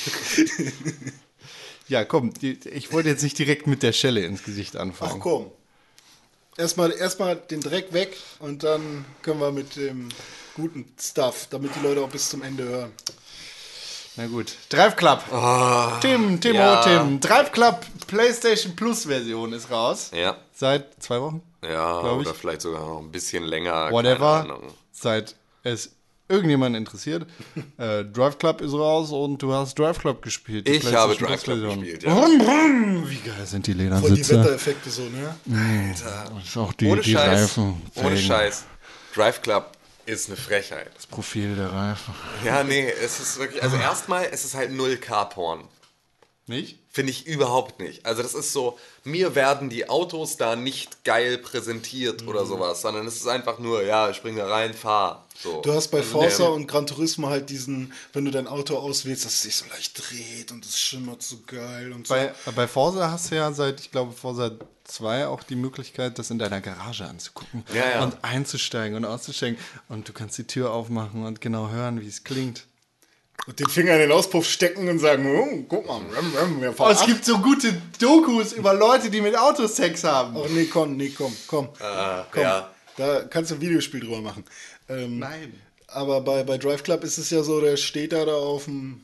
Ja, komm, ich wollte jetzt nicht direkt mit der Schelle ins Gesicht Ach anfangen. komm. Erstmal den Dreck weg und dann können wir mit dem guten Stuff, damit die Leute auch bis zum Ende hören. Na gut. Drive Club. Tim. Drive Club PlayStation Plus Version ist raus. Ja. Seit 2 Wochen? Ja, Glaub ich. oder vielleicht sogar noch ein bisschen länger. Keine Whatever. Ahnung. Seit es irgendjemanden interessiert. Drive Club ist raus und du hast Drive Club gespielt. die Ich habe PlayStation Drive Club Plus Version. gespielt, ja. Brumm, brumm. Wie geil sind die Voll die Ledersitze. Wettereffekte so, ne? Das ist auch die, Ohne die Scheiß. Reifen. Ohne Scheiß. Drive Club ist eine Frechheit. Das Profil der Reifen. Ja, nee, es ist wirklich, also erstmal, es ist halt null Carporn. Nicht? Finde ich überhaupt nicht. Also das ist so, mir werden die Autos da nicht geil präsentiert oder sowas, sondern es ist einfach nur, ja, spring da rein, fahr. So. Du hast bei Forza und Gran Turismo halt diesen, wenn du dein Auto auswählst, dass es sich so leicht dreht und es schimmert so geil und so. Bei Forza hast du ja seit, ich glaube, Forza 2 auch die Möglichkeit, das in deiner Garage anzugucken. Ja, ja. Und einzusteigen und auszusteigen. Und du kannst die Tür aufmachen und genau hören, wie es klingt. Und den Finger in den Auspuff stecken und sagen, oh, guck mal, wir fahren Es gibt so gute Dokus über Leute, die mit Autos Sex haben. Oh nee, komm. Komm. Ja. Da kannst du ein Videospiel drüber machen. Nein. Aber bei Drive Club ist es ja so, der steht da auf dem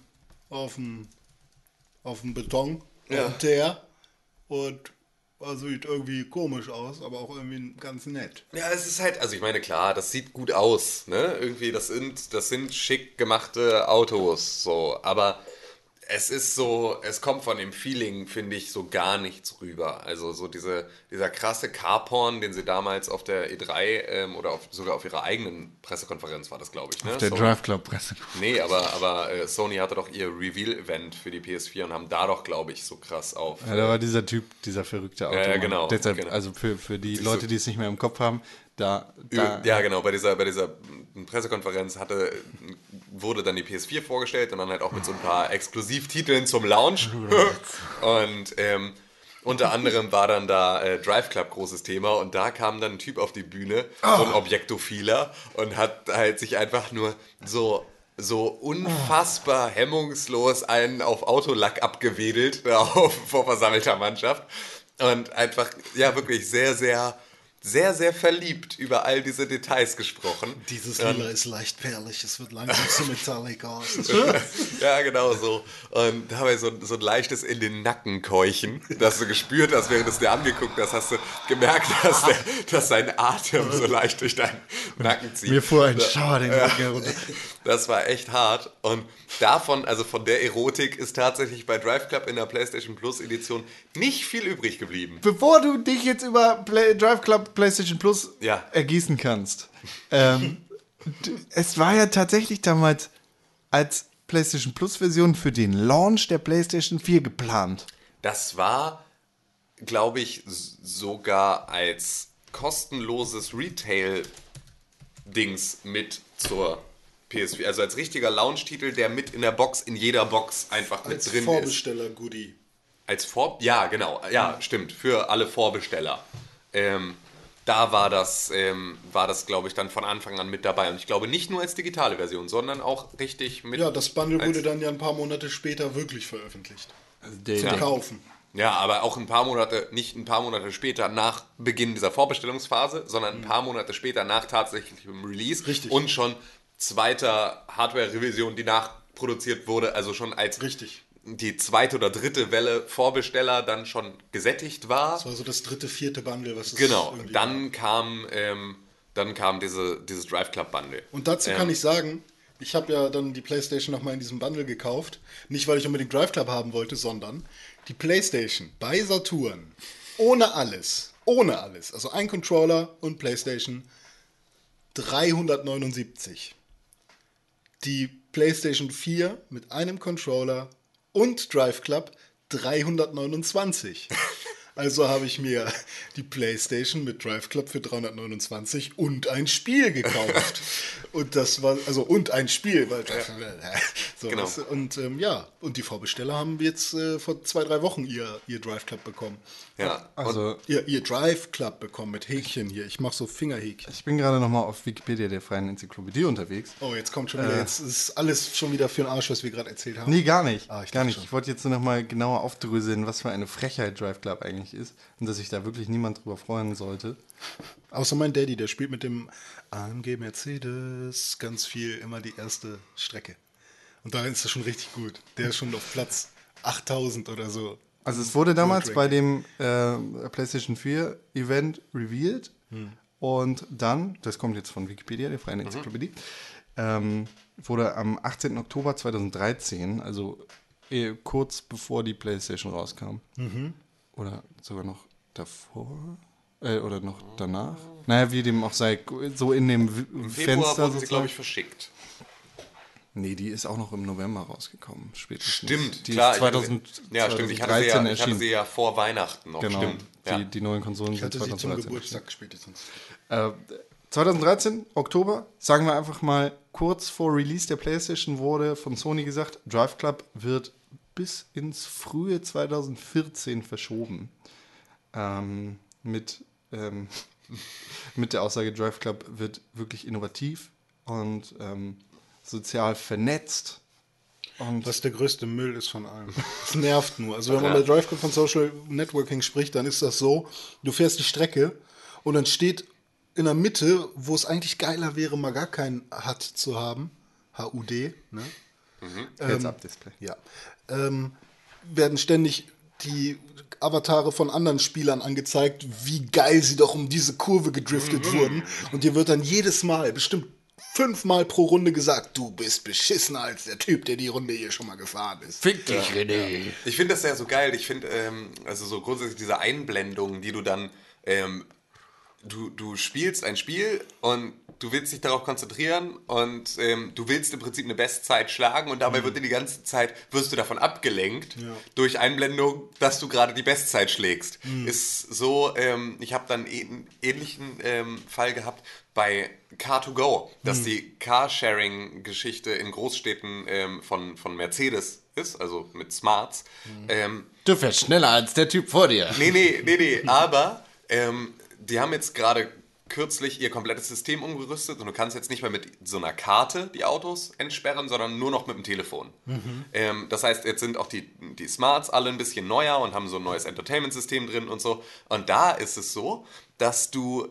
Beton, Ja. auf dem Teer und sieht irgendwie komisch aus, aber auch irgendwie ganz nett. Ja, es ist halt, also ich meine, klar, das sieht gut aus, ne? Irgendwie, das sind schick gemachte Autos, so, aber es ist so, es kommt von dem Feeling, finde ich, so gar nichts rüber. Also so dieser krasse Carporn, den sie damals auf der E3 oder sogar auf ihrer eigenen Pressekonferenz war das, glaube ich, ne? Auf der Sony. Drive Club Presse. Nee, aber Sony hatte doch ihr Reveal-Event für die PS4 und haben da doch, glaube ich, so krass auf. Ja, da war dieser Typ, dieser verrückte Automann. Ja, genau, Deshalb, genau. also für die Siehst Leute, du. die es nicht mehr im Kopf haben, da Ja, genau, bei dieser Pressekonferenz wurde dann die PS4 vorgestellt und dann halt auch mit so ein paar Exklusivtiteln zum Launch. Und unter anderem war dann da Drive Club großes Thema und da kam dann ein Typ auf die Bühne, so ein Objektophiler, und hat halt sich einfach nur so unfassbar hemmungslos einen auf Autolack abgewedelt vor versammelter Mannschaft und einfach, ja, wirklich sehr, sehr, sehr, sehr verliebt über all diese Details gesprochen. Dieses Lila ist leicht perlig, es wird langsam zu Metallic aus. Ja, genau so. Und dabei so ein leichtes in den Nacken keuchen, das du gespürt hast, während du es dir angeguckt hast, hast du gemerkt, dass sein Atem so leicht durch deinen Nacken zieht. mir fuhr ein Schauer den Rücken herunter. Das war echt hart. Und davon, also von der Erotik, ist tatsächlich bei Drive Club in der PlayStation Plus Edition nicht viel übrig geblieben. Bevor du dich jetzt über Drive Club PlayStation Plus Ja. ergießen kannst, es war ja tatsächlich damals als PlayStation Plus Version für den Launch der PlayStation 4 geplant. Das war, glaube ich, sogar als kostenloses Retail-Dings mit zur PS4. Also als richtiger Launch-Titel, der mit in der Box, in jeder Box einfach mit Als drin ist. Vorbesteller-Goodie. Ja, genau. Ja, stimmt. Für alle Vorbesteller. Da war das, glaube ich, dann von Anfang an mit dabei. Und ich glaube nicht nur als digitale Version, sondern auch richtig mit. Ja, das Bundle als- wurde dann ja ein paar Monate später wirklich veröffentlicht. Zu Der, kaufen. Ja, aber auch nicht ein paar Monate später nach Beginn dieser Vorbestellungsphase, sondern ein paar Monate später nach tatsächlichem Release. Richtig. Und schon zweiter Hardware-Revision, die nachproduziert wurde, also schon als Richtig. die zweite oder dritte Welle Vorbesteller dann schon gesättigt war. Das war so das dritte, vierte Bundle, was es Genau, irgendwie dann kam dieses Drive Club Bundle. Und dazu kann ich sagen, ich habe ja dann die PlayStation nochmal in diesem Bundle gekauft. Nicht, weil ich unbedingt Drive Club haben wollte, sondern die PlayStation bei Saturn. Ohne alles. Also ein Controller und PlayStation 379. Die PlayStation 4 mit einem Controller und Drive Club 329. Also habe ich mir die PlayStation mit Drive Club für 329 und ein Spiel gekauft. Und das war, also und ein Spiel. Weil, so, Genau. Und und die Vorbesteller haben jetzt vor 2-3 Wochen ihr Drive Club bekommen. Ja, Also, Ihr Drive Club bekommen mit Häkchen hier. Ich mache so Fingerhäkchen. ich bin gerade nochmal auf Wikipedia der Freien Enzyklopädie unterwegs. Oh, jetzt kommt schon wieder, jetzt ist alles schon wieder für den Arsch, was wir gerade erzählt haben. Nee, gar nicht. Ich Gar dachte nicht. schon. Ich wollte jetzt nur nochmal genauer aufdröseln, was für eine Frechheit Drive Club eigentlich ist. Und dass sich da wirklich niemand drüber freuen sollte. Außer mein Daddy, der spielt mit dem AMG Mercedes ganz viel immer die erste Strecke. Und da ist er schon richtig gut. Der ist schon auf Platz 8000 oder so. Also es wurde damals World bei dem PlayStation 4 Event revealed und dann, das kommt jetzt von Wikipedia, der Freien Enzyklopädie, wurde am 18. Oktober 2013, also kurz bevor die PlayStation rauskam, oder sogar noch davor, oder noch danach, naja, wie dem auch sei, so in dem im Februar Fenster wurden sie, sozusagen. glaube ich, verschickt. Nee, die ist auch noch im November rausgekommen, spätestens. Stimmt, Die klar. ist 2000, Ja, stimmt. Ich hatte 2013 sie erschienen. ja vor Weihnachten noch. Genau, Stimmt. Ja. die neuen Konsolen Ich sind hatte sie zum 2013 Geburtstag spätestens. 2013, Oktober, sagen wir einfach mal, kurz vor Release der PlayStation wurde von Sony gesagt, Drive Club wird bis ins frühe 2014 verschoben. Mit der Aussage, Drive Club wird wirklich innovativ und sozial vernetzt. Und Was der größte Müll ist von allem. Es nervt nur. Also wenn man bei Drive Club von Social Networking spricht, dann ist das so, du fährst die Strecke und dann steht in der Mitte, wo es eigentlich geiler wäre, mal gar keinen HUD zu haben, HUD, ne? Heads-Up-Display. Ja. Werden ständig die Avatare von anderen Spielern angezeigt, wie geil sie doch um diese Kurve gedriftet wurden. Und dir wird dann jedes Mal, bestimmt 5-mal pro Runde gesagt, du bist beschissener als der Typ, der die Runde hier schon mal gefahren ist. Fick dich, René. Ich finde das ja so geil. Ich finde, also so grundsätzlich diese Einblendungen, die du dann, du spielst ein Spiel und du willst dich darauf konzentrieren und du willst im Prinzip eine Bestzeit schlagen und dabei wird dir die ganze Zeit, wirst du davon abgelenkt durch Einblendung, dass du gerade die Bestzeit schlägst. Ist so, ich habe dann einen ähnlichen Fall gehabt bei Car2Go, dass die Carsharing-Geschichte in Großstädten von Mercedes ist, also mit Smarts. Du fährst schneller als der Typ vor dir. Nee, aber die haben jetzt gerade kürzlich ihr komplettes System umgerüstet und du kannst jetzt nicht mehr mit so einer Karte die Autos entsperren, sondern nur noch mit dem Telefon. Das heißt, jetzt sind auch die Smarts alle ein bisschen neuer und haben so ein neues Entertainment-System drin und so. Und da ist es so, dass du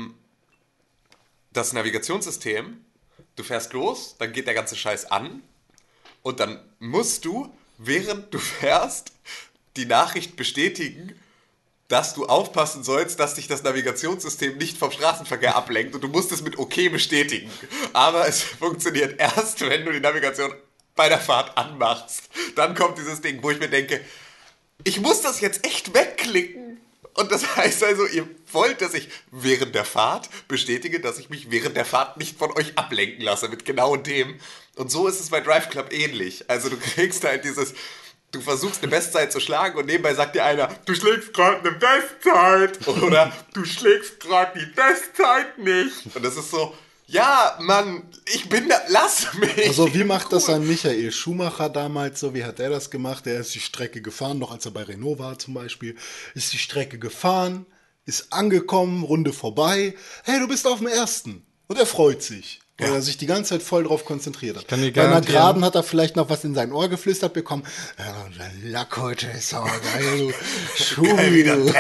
das Navigationssystem, du fährst los, dann geht der ganze Scheiß an und dann musst du, während du fährst, die Nachricht bestätigen, dass du aufpassen sollst, dass dich das Navigationssystem nicht vom Straßenverkehr ablenkt und du musst es mit OK bestätigen. Aber es funktioniert erst, wenn du die Navigation bei der Fahrt anmachst. Dann kommt dieses Ding, wo ich mir denke, ich muss das jetzt echt wegklicken. Und das heißt also, ihr wollt, dass ich während der Fahrt bestätige, dass ich mich während der Fahrt nicht von euch ablenken lasse mit genau dem. Und so ist es bei Drive Club ähnlich. Also du kriegst halt dieses... Du versuchst eine Bestzeit zu schlagen und nebenbei sagt dir einer, du schlägst gerade eine Bestzeit oder du schlägst gerade die Bestzeit nicht. Und das ist so, ja, Mann, ich bin da, lass mich. Also wie macht das ein Michael Schumacher damals so? Wie hat er das gemacht? Der ist die Strecke gefahren, noch als er bei Renault war zum Beispiel. Ist die Strecke gefahren, ist angekommen, Runde vorbei. Hey, du bist auf dem ersten. Und er freut sich. Weil er sich die ganze Zeit voll drauf konzentriert hat. kann dir Bei einer garantieren- Geraden hat er vielleicht noch was in sein Ohr geflüstert bekommen. Ja, der Lack heute ist aber geil, du Schumi, du.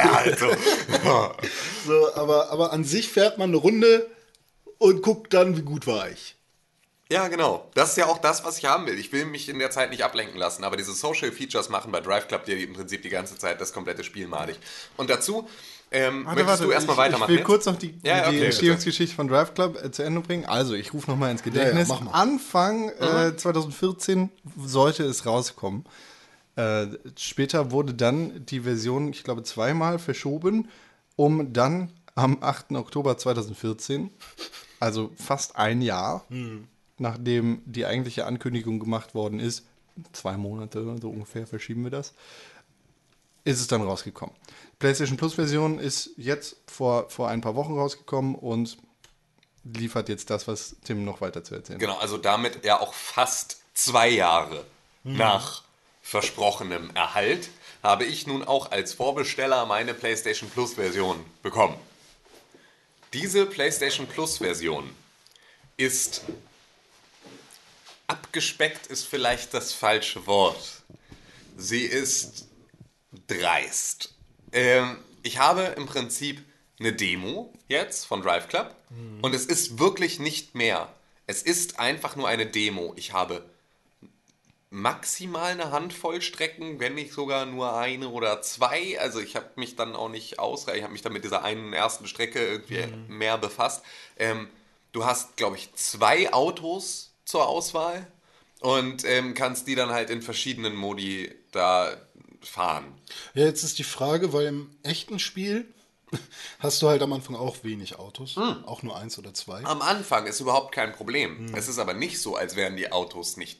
So, aber an sich fährt man eine Runde und guckt dann, wie gut war ich. Ja, genau. Das ist ja auch das, was ich haben will. Ich will mich in der Zeit nicht ablenken lassen, aber diese Social Features machen bei Drive Club dir im Prinzip die ganze Zeit das komplette Spiel malig. Und dazu möchtest du erstmal weitermachen? Ich will jetzt? kurz noch die okay, Entstehungsgeschichte von Drive Club zu Ende bringen. Also, ich rufe nochmal ins Gedächtnis. Ja, mach mal. Anfang 2014 sollte es rauskommen. Später wurde dann die Version, ich glaube, zweimal verschoben, um dann am 8. Oktober 2014 also fast ein Jahr, nachdem die eigentliche Ankündigung gemacht worden ist, 2 Monate, so ungefähr verschieben wir das, ist es dann rausgekommen. PlayStation Plus Version ist jetzt vor ein paar Wochen rausgekommen und liefert jetzt das, was Tim noch weiter zu erzählen hat. Genau, also damit ja auch fast 2 Jahre nach versprochenem Erhalt habe ich nun auch als Vorbesteller meine PlayStation Plus Version bekommen. Diese PlayStation Plus Version ist abgespeckt, ist vielleicht das falsche Wort. Sie ist dreist. Ich habe im Prinzip eine Demo jetzt von Drive Club und es ist wirklich nicht mehr. Es ist einfach nur eine Demo. Ich habe maximal eine Handvoll Strecken, wenn nicht sogar nur 1 oder 2. Also ich habe mich dann auch nicht ausreichend, ich habe mich dann mit dieser einen ersten Strecke irgendwie mehr befasst. Du hast, glaube ich, 2 Autos zur Auswahl und kannst die dann halt in verschiedenen Modi da fahren. Ja, jetzt ist die Frage, weil im echten Spiel hast du halt am Anfang auch wenig Autos, auch nur 1 oder 2. Am Anfang ist überhaupt kein Problem. Es ist aber nicht so, als wären die Autos nicht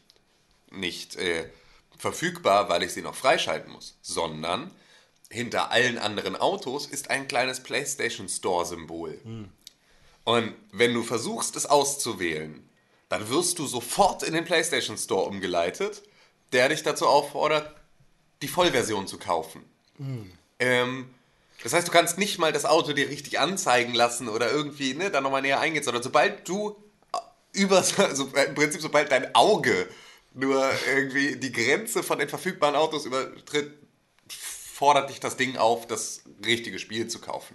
verfügbar, weil ich sie noch freischalten muss, sondern hinter allen anderen Autos ist ein kleines PlayStation Store-Symbol. Und wenn du versuchst, es auszuwählen, dann wirst du sofort in den PlayStation Store umgeleitet, der dich dazu auffordert, die Vollversion zu kaufen. Das heißt, du kannst nicht mal das Auto dir richtig anzeigen lassen oder irgendwie da nochmal näher eingehen, sondern sobald du im Prinzip sobald dein Auge nur irgendwie die Grenze von den verfügbaren Autos übertritt, fordert dich das Ding auf, das richtige Spiel zu kaufen.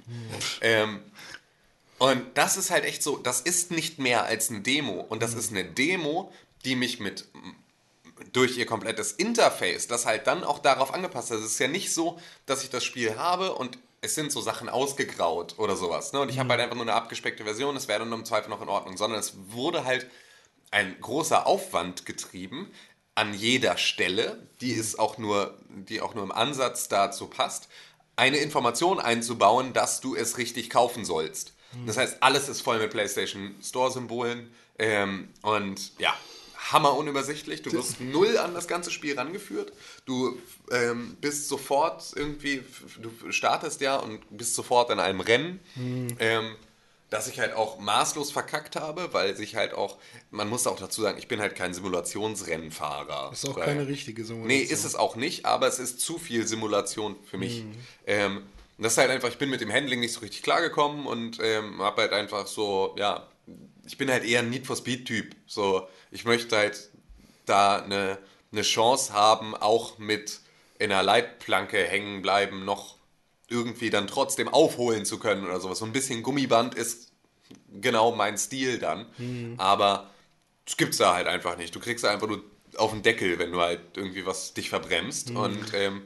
Und das ist halt echt so, das ist nicht mehr als eine Demo. Und das ist eine Demo, die mich durch ihr komplettes Interface, das halt dann auch darauf angepasst ist. Es ist ja nicht so, dass ich das Spiel habe und es sind so Sachen ausgegraut oder sowas. Ne? Und ich habe halt einfach nur eine abgespeckte Version, das wäre dann im Zweifel noch in Ordnung. Sondern es wurde halt ein großer Aufwand getrieben an jeder Stelle, die auch nur im Ansatz dazu passt, eine Information einzubauen, dass du es richtig kaufen sollst. Das heißt, alles ist voll mit PlayStation Store-Symbolen und ja, hammer unübersichtlich. Du wirst null an das ganze Spiel rangeführt. Du bist sofort irgendwie, du startest ja und bist sofort in einem Rennen, das ich halt auch maßlos verkackt habe, weil sich halt auch, man muss auch dazu sagen, ich bin halt kein Simulationsrennfahrer. Das ist auch keine richtige Simulation. Nee, ist es auch nicht, aber es ist zu viel Simulation für mich. Das ist halt einfach, ich bin mit dem Handling nicht so richtig klargekommen und habe halt einfach so, ja, ich bin halt eher ein Need for Speed-Typ. So, ich möchte halt da eine Chance haben, auch mit in einer Leitplanke hängen bleiben, noch irgendwie dann trotzdem aufholen zu können oder sowas. So ein bisschen Gummiband ist genau mein Stil dann. Aber das gibt's da halt einfach nicht. Du kriegst da einfach nur auf den Deckel, wenn du halt irgendwie was dich verbremst. Und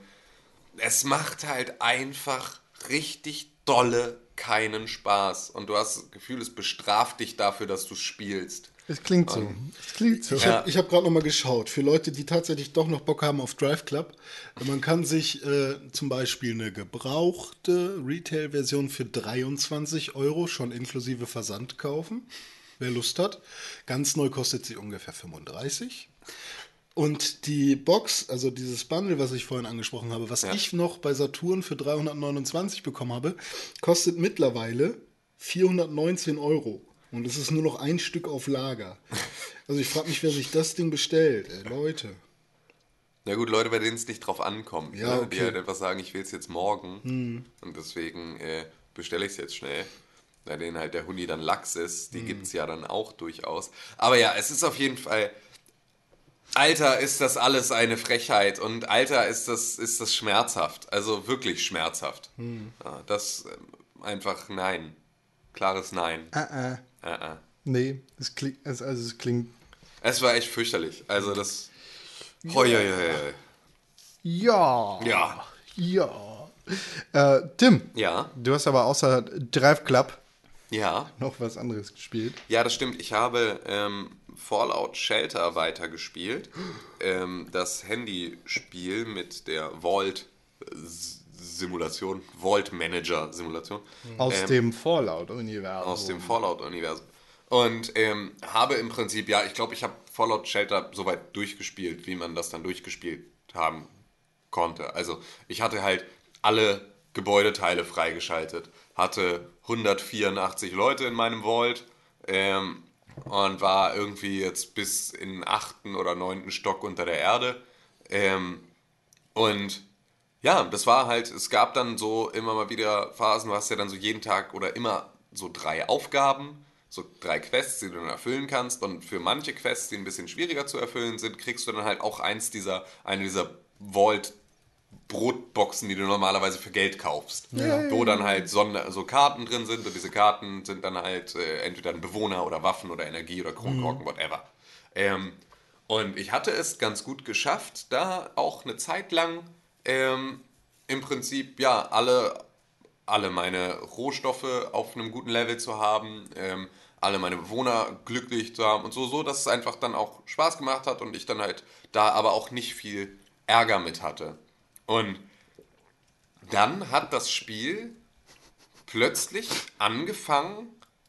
es macht halt einfach richtig dolle keinen Spaß. Und du hast das Gefühl, es bestraft dich dafür, dass du spielst. Es klingt so. Es klingt so. Ich habe gerade noch mal geschaut, für Leute, die tatsächlich doch noch Bock haben auf Drive Club, man kann sich zum Beispiel eine gebrauchte Retail-Version für 23 € schon inklusive Versand kaufen, wer Lust hat. Ganz neu kostet sie ungefähr 35. Und die Box, also dieses Bundle, was ich vorhin angesprochen habe, was ich noch bei Saturn für 329 bekommen habe, kostet mittlerweile 419 €. Und es ist nur noch ein Stück auf Lager. Also ich frage mich, wer sich das Ding bestellt, ey, Leute. Na gut, Leute, bei denen es nicht drauf ankommt. Ja, ne? okay. Die halt einfach sagen, ich will es jetzt morgen. Und deswegen bestelle ich es jetzt schnell. Bei denen halt der Huni dann Lachs ist. Die gibt es ja dann auch durchaus. Aber ja, es ist auf jeden Fall... Alter, ist das alles eine Frechheit. Und Alter, ist das schmerzhaft. Also wirklich schmerzhaft. Ja, das einfach nein. Klares Nein. Nee, es klingt. Es war echt fürchterlich. Also das... Hoi. Ja. Tim, Ja, du hast aber außer Drive Club ja. noch was anderes gespielt. Ja, das stimmt. Ich habe Fallout Shelter weitergespielt. Das Handyspiel mit der Vault Manager Simulation. Aus dem Fallout-Universum. Aus dem Fallout-Universum. Und habe im Prinzip, ja, ich glaube, ich habe Fallout Shelter so weit durchgespielt, wie man das dann durchgespielt haben konnte. Also ich hatte halt alle Gebäudeteile freigeschaltet, hatte 184 Leute in meinem Vault und war irgendwie jetzt bis in den 8. oder 9. Stock unter der Erde. Und ja, das war halt, es gab dann so immer mal wieder Phasen, du hast ja dann so jeden Tag oder immer so 3 Aufgaben, so 3 Quests, die du dann erfüllen kannst. Und für manche Quests, die ein bisschen schwieriger zu erfüllen sind, kriegst du dann halt auch eine dieser Vault-Brotboxen, die du normalerweise für Geld kaufst. Wo dann halt so Karten drin sind und diese Karten sind dann halt entweder ein Bewohner oder Waffen oder Energie oder Kronkorken, whatever. Und ich hatte es ganz gut geschafft, da auch eine Zeit lang im Prinzip ja alle meine Rohstoffe auf einem guten Level zu haben, alle meine Bewohner glücklich zu haben und so, dass es einfach dann auch Spaß gemacht hat und ich dann halt da aber auch nicht viel Ärger mit hatte. Und dann hat das Spiel plötzlich angefangen,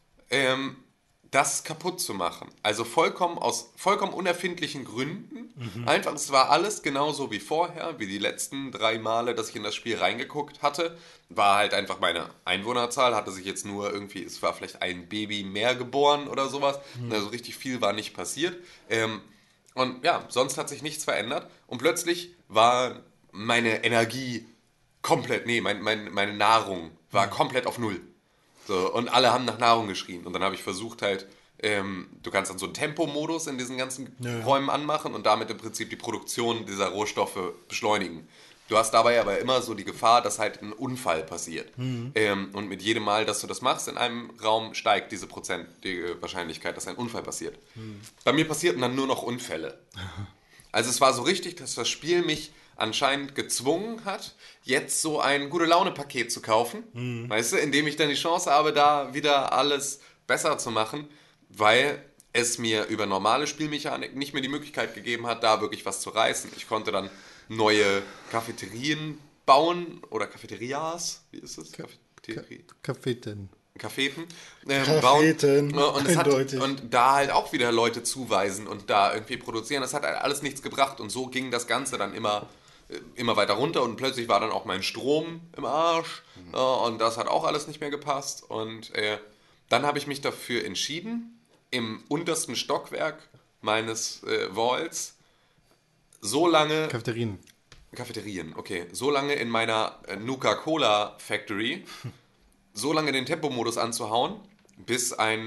das kaputt zu machen. Also aus vollkommen unerfindlichen Gründen. Einfach, es war alles genauso wie vorher, wie die letzten 3 Male, dass ich in das Spiel reingeguckt hatte. War halt einfach meine Einwohnerzahl, hatte sich jetzt nur irgendwie, es war vielleicht ein Baby mehr geboren oder sowas. Also richtig viel war nicht passiert. Und ja, sonst hat sich nichts verändert. Und plötzlich war meine Energie komplett, meine Nahrung war komplett auf Null. So, und alle haben nach Nahrung geschrien. Und dann habe ich versucht halt, du kannst dann so einen Tempomodus in diesen ganzen Räumen anmachen und damit im Prinzip die Produktion dieser Rohstoffe beschleunigen. Du hast dabei aber immer so die Gefahr, dass halt ein Unfall passiert. Und mit jedem Mal, dass du das machst in einem Raum, steigt diese prozentige Wahrscheinlichkeit, dass ein Unfall passiert. Bei mir passierten dann nur noch Unfälle. Also es war so richtig, dass das Spiel mich anscheinend gezwungen hat, jetzt so ein Gute-Laune-Paket zu kaufen, weißt du, indem ich dann die Chance habe, da wieder alles besser zu machen, weil es mir über normale Spielmechanik nicht mehr die Möglichkeit gegeben hat, da wirklich was zu reißen. Ich konnte dann neue Cafeterien bauen oder Cafeterias, wie ist es? Cafeten. Cafeten Cafeten, bauen eindeutig. und da halt auch wieder Leute zuweisen und da irgendwie produzieren. Das hat halt alles nichts gebracht und so ging das Ganze dann immer weiter runter und plötzlich war dann auch mein Strom im Arsch und das hat auch alles nicht mehr gepasst und dann habe ich mich dafür entschieden, im untersten Stockwerk meines Vaults so lange... Cafeterien, okay. So lange in meiner Nuka-Cola Factory so lange den Tempomodus anzuhauen, bis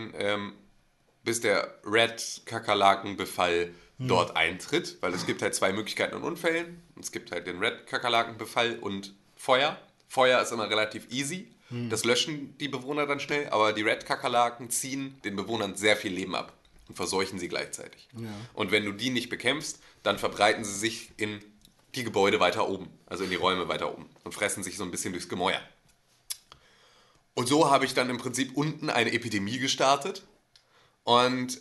der Red-Kakerlaken-Befall dort eintritt, weil es gibt halt 2 Möglichkeiten an Unfällen. Es gibt halt den Red-Kakerlaken-Befall und Feuer. Feuer ist immer relativ easy, das löschen die Bewohner dann schnell, aber die Red-Kakerlaken ziehen den Bewohnern sehr viel Leben ab und verseuchen sie gleichzeitig. Ja. Und wenn du die nicht bekämpfst, dann verbreiten sie sich in die Gebäude weiter oben, also in die Räume weiter oben und fressen sich so ein bisschen durchs Gemäuer. Und so habe ich dann im Prinzip unten eine Epidemie gestartet und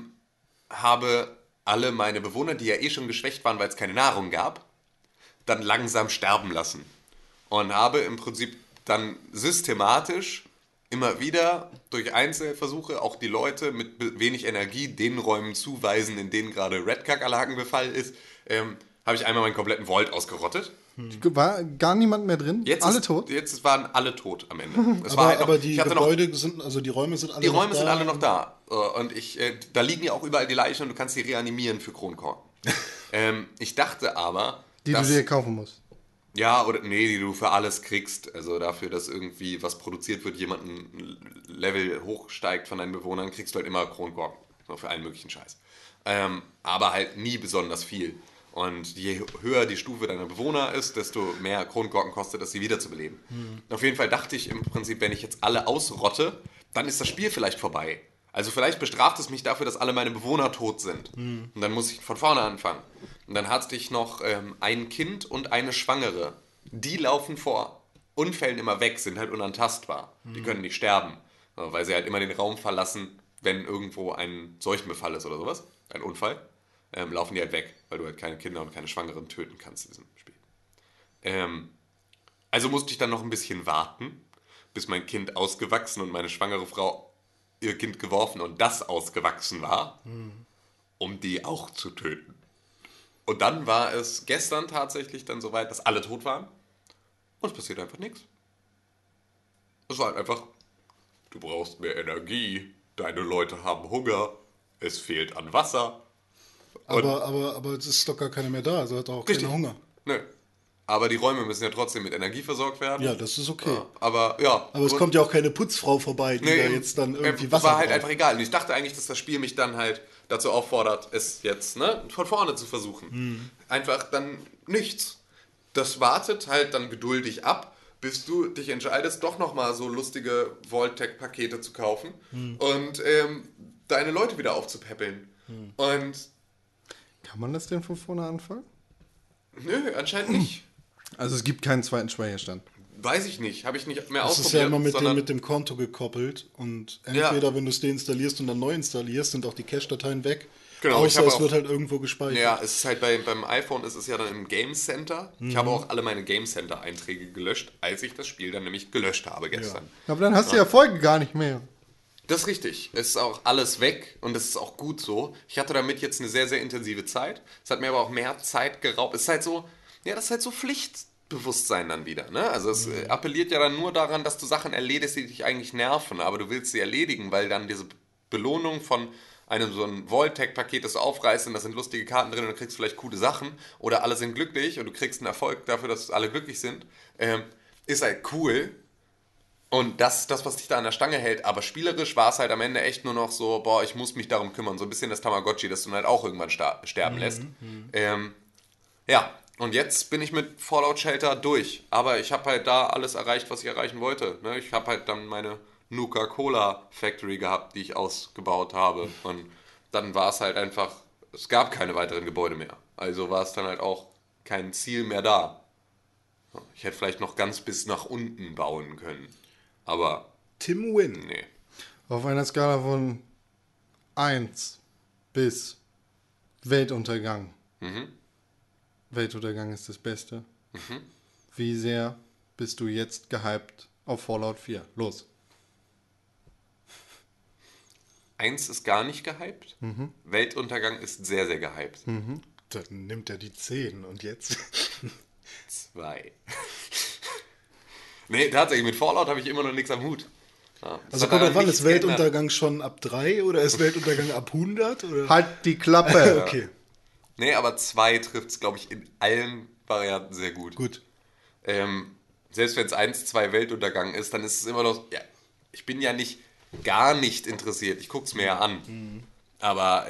habe alle meine Bewohner, die ja eh schon geschwächt waren, weil es keine Nahrung gab, dann langsam sterben lassen. Und habe im Prinzip dann systematisch immer wieder durch Einzelversuche auch die Leute mit wenig Energie den Räumen zuweisen, in denen gerade Red-Kakerlaken-Befall ist, habe ich einmal meinen kompletten Vault ausgerottet. War gar niemand mehr drin? Alle tot? Jetzt waren alle tot am Ende. Aber die Gebäude sind, also die Räume sind alle noch da? Die Räume sind alle noch da. Und da liegen ja auch überall die Leichen und du kannst sie reanimieren für Kronkorken. Ich dachte aber... Die du dir kaufen musst. Ja, die du für alles kriegst. Also dafür, dass irgendwie was produziert wird, jemand ein Level hochsteigt von deinen Bewohnern, kriegst du halt immer Kronkorken. Für allen möglichen Scheiß. Aber halt nie besonders viel. Und je höher die Stufe deiner Bewohner ist, desto mehr Kronkorken kostet es, sie wiederzubeleben. Auf jeden Fall dachte ich im Prinzip, wenn ich jetzt alle ausrotte, dann ist das Spiel vielleicht vorbei. Also vielleicht bestraft es mich dafür, dass alle meine Bewohner tot sind. Und dann muss ich von vorne anfangen. Und dann hatte ich noch ein Kind und eine Schwangere. Die laufen vor Unfällen immer weg, sind halt unantastbar. Die können nicht sterben, weil sie halt immer den Raum verlassen, wenn irgendwo ein Seuchenbefall ist oder sowas, ein Unfall. Laufen die halt weg, weil du halt keine Kinder und keine Schwangeren töten kannst in diesem Spiel. Also musste ich dann noch ein bisschen warten, bis mein Kind ausgewachsen und meine schwangere Frau ihr Kind geworfen und das ausgewachsen war, um die auch zu töten. Und dann war es gestern tatsächlich dann soweit, dass alle tot waren und es passiert einfach nichts. Es war halt einfach, du brauchst mehr Energie, deine Leute haben Hunger, es fehlt an Wasser. Aber es ist doch gar keiner mehr da, also hat auch Richtig. keiner Hunger. Nö. Aber die Räume müssen ja trotzdem mit Energie versorgt werden. Ja, das ist okay. Ja, aber ja. Aber es kommt ja auch keine Putzfrau vorbei, die da jetzt dann irgendwie das Wasser war halt braucht. einfach egal. Und ich dachte eigentlich, dass das Spiel mich dann halt dazu auffordert, es jetzt von vorne zu versuchen. Einfach dann nichts. Das wartet halt dann geduldig ab, bis du dich entscheidest, doch nochmal so lustige Vault-Tech-Pakete zu kaufen und deine Leute wieder aufzupäppeln. Und Kann man das denn von vorne anfangen? nö, anscheinend nicht. Also es gibt keinen zweiten Speicherstand. Weiß ich nicht, habe ich nicht mehr Das ausprobiert. ist ja immer sondern mit dem Konto gekoppelt und entweder, wenn du es deinstallierst und dann neu installierst, sind auch die Cache-Dateien weg. Genau, ich außer habe es auch- wird halt irgendwo gespeichert. Ja, es ist halt beim iPhone ist es ja dann im Game Center. Ich habe auch alle meine Game Center Einträge gelöscht, als ich das Spiel dann nämlich gelöscht habe gestern. Aber dann hast du ja Folge gar nicht mehr. Das ist richtig. Es ist auch alles weg und das ist auch gut so. Ich hatte damit jetzt eine sehr, sehr intensive Zeit. Es hat mir aber auch mehr Zeit geraubt. Es ist halt so, ja, das ist halt so Pflichtbewusstsein dann wieder. Ne? Also es appelliert ja dann nur daran, dass du Sachen erledigst, die dich eigentlich nerven, aber du willst sie erledigen, weil dann diese Belohnung von einem so ein Vault-Tech-Paket, das du aufreißt und da sind lustige Karten drin und du kriegst vielleicht coole Sachen oder alle sind glücklich und du kriegst einen Erfolg dafür, dass alle glücklich sind, ist halt cool. Und das ist das, was dich da an der Stange hält. Aber spielerisch war es halt am Ende echt nur noch so, boah, ich muss mich darum kümmern. So ein bisschen das Tamagotchi, das du dann halt auch irgendwann sterben lässt. Ja, und jetzt bin ich mit Fallout Shelter durch. Aber ich habe halt da alles erreicht, was ich erreichen wollte. Ne? Ich habe halt dann meine Nuka-Cola Factory gehabt, die ich ausgebaut habe. Und dann war es halt einfach, es gab keine weiteren Gebäude mehr. Also war es dann halt auch kein Ziel mehr da. Ich hätte vielleicht noch ganz bis nach unten bauen können. Aber Tim Win. nee. Auf einer Skala von 1 bis Weltuntergang. Weltuntergang ist das Beste. Wie sehr bist du jetzt gehypt auf Fallout 4? Los. 1 ist gar nicht gehypt. Weltuntergang ist sehr, sehr gehypt. Dann nimmt er die 10 und jetzt? 2. Nee, tatsächlich, mit Fallout habe ich immer noch nichts am Hut. Ja, es Also hat kommt daran wann nichts ist geändert. Weltuntergang schon ab 3 oder ist Weltuntergang ab 100? Oder? Halt die Klappe. Okay, Nee, aber 2 trifft es, glaube ich, in allen Varianten sehr gut. gut. Selbst wenn es 1, 2 Weltuntergang ist, dann ist es immer noch, ja, ich bin ja nicht gar nicht interessiert. Ich gucke es mir ja an. Aber,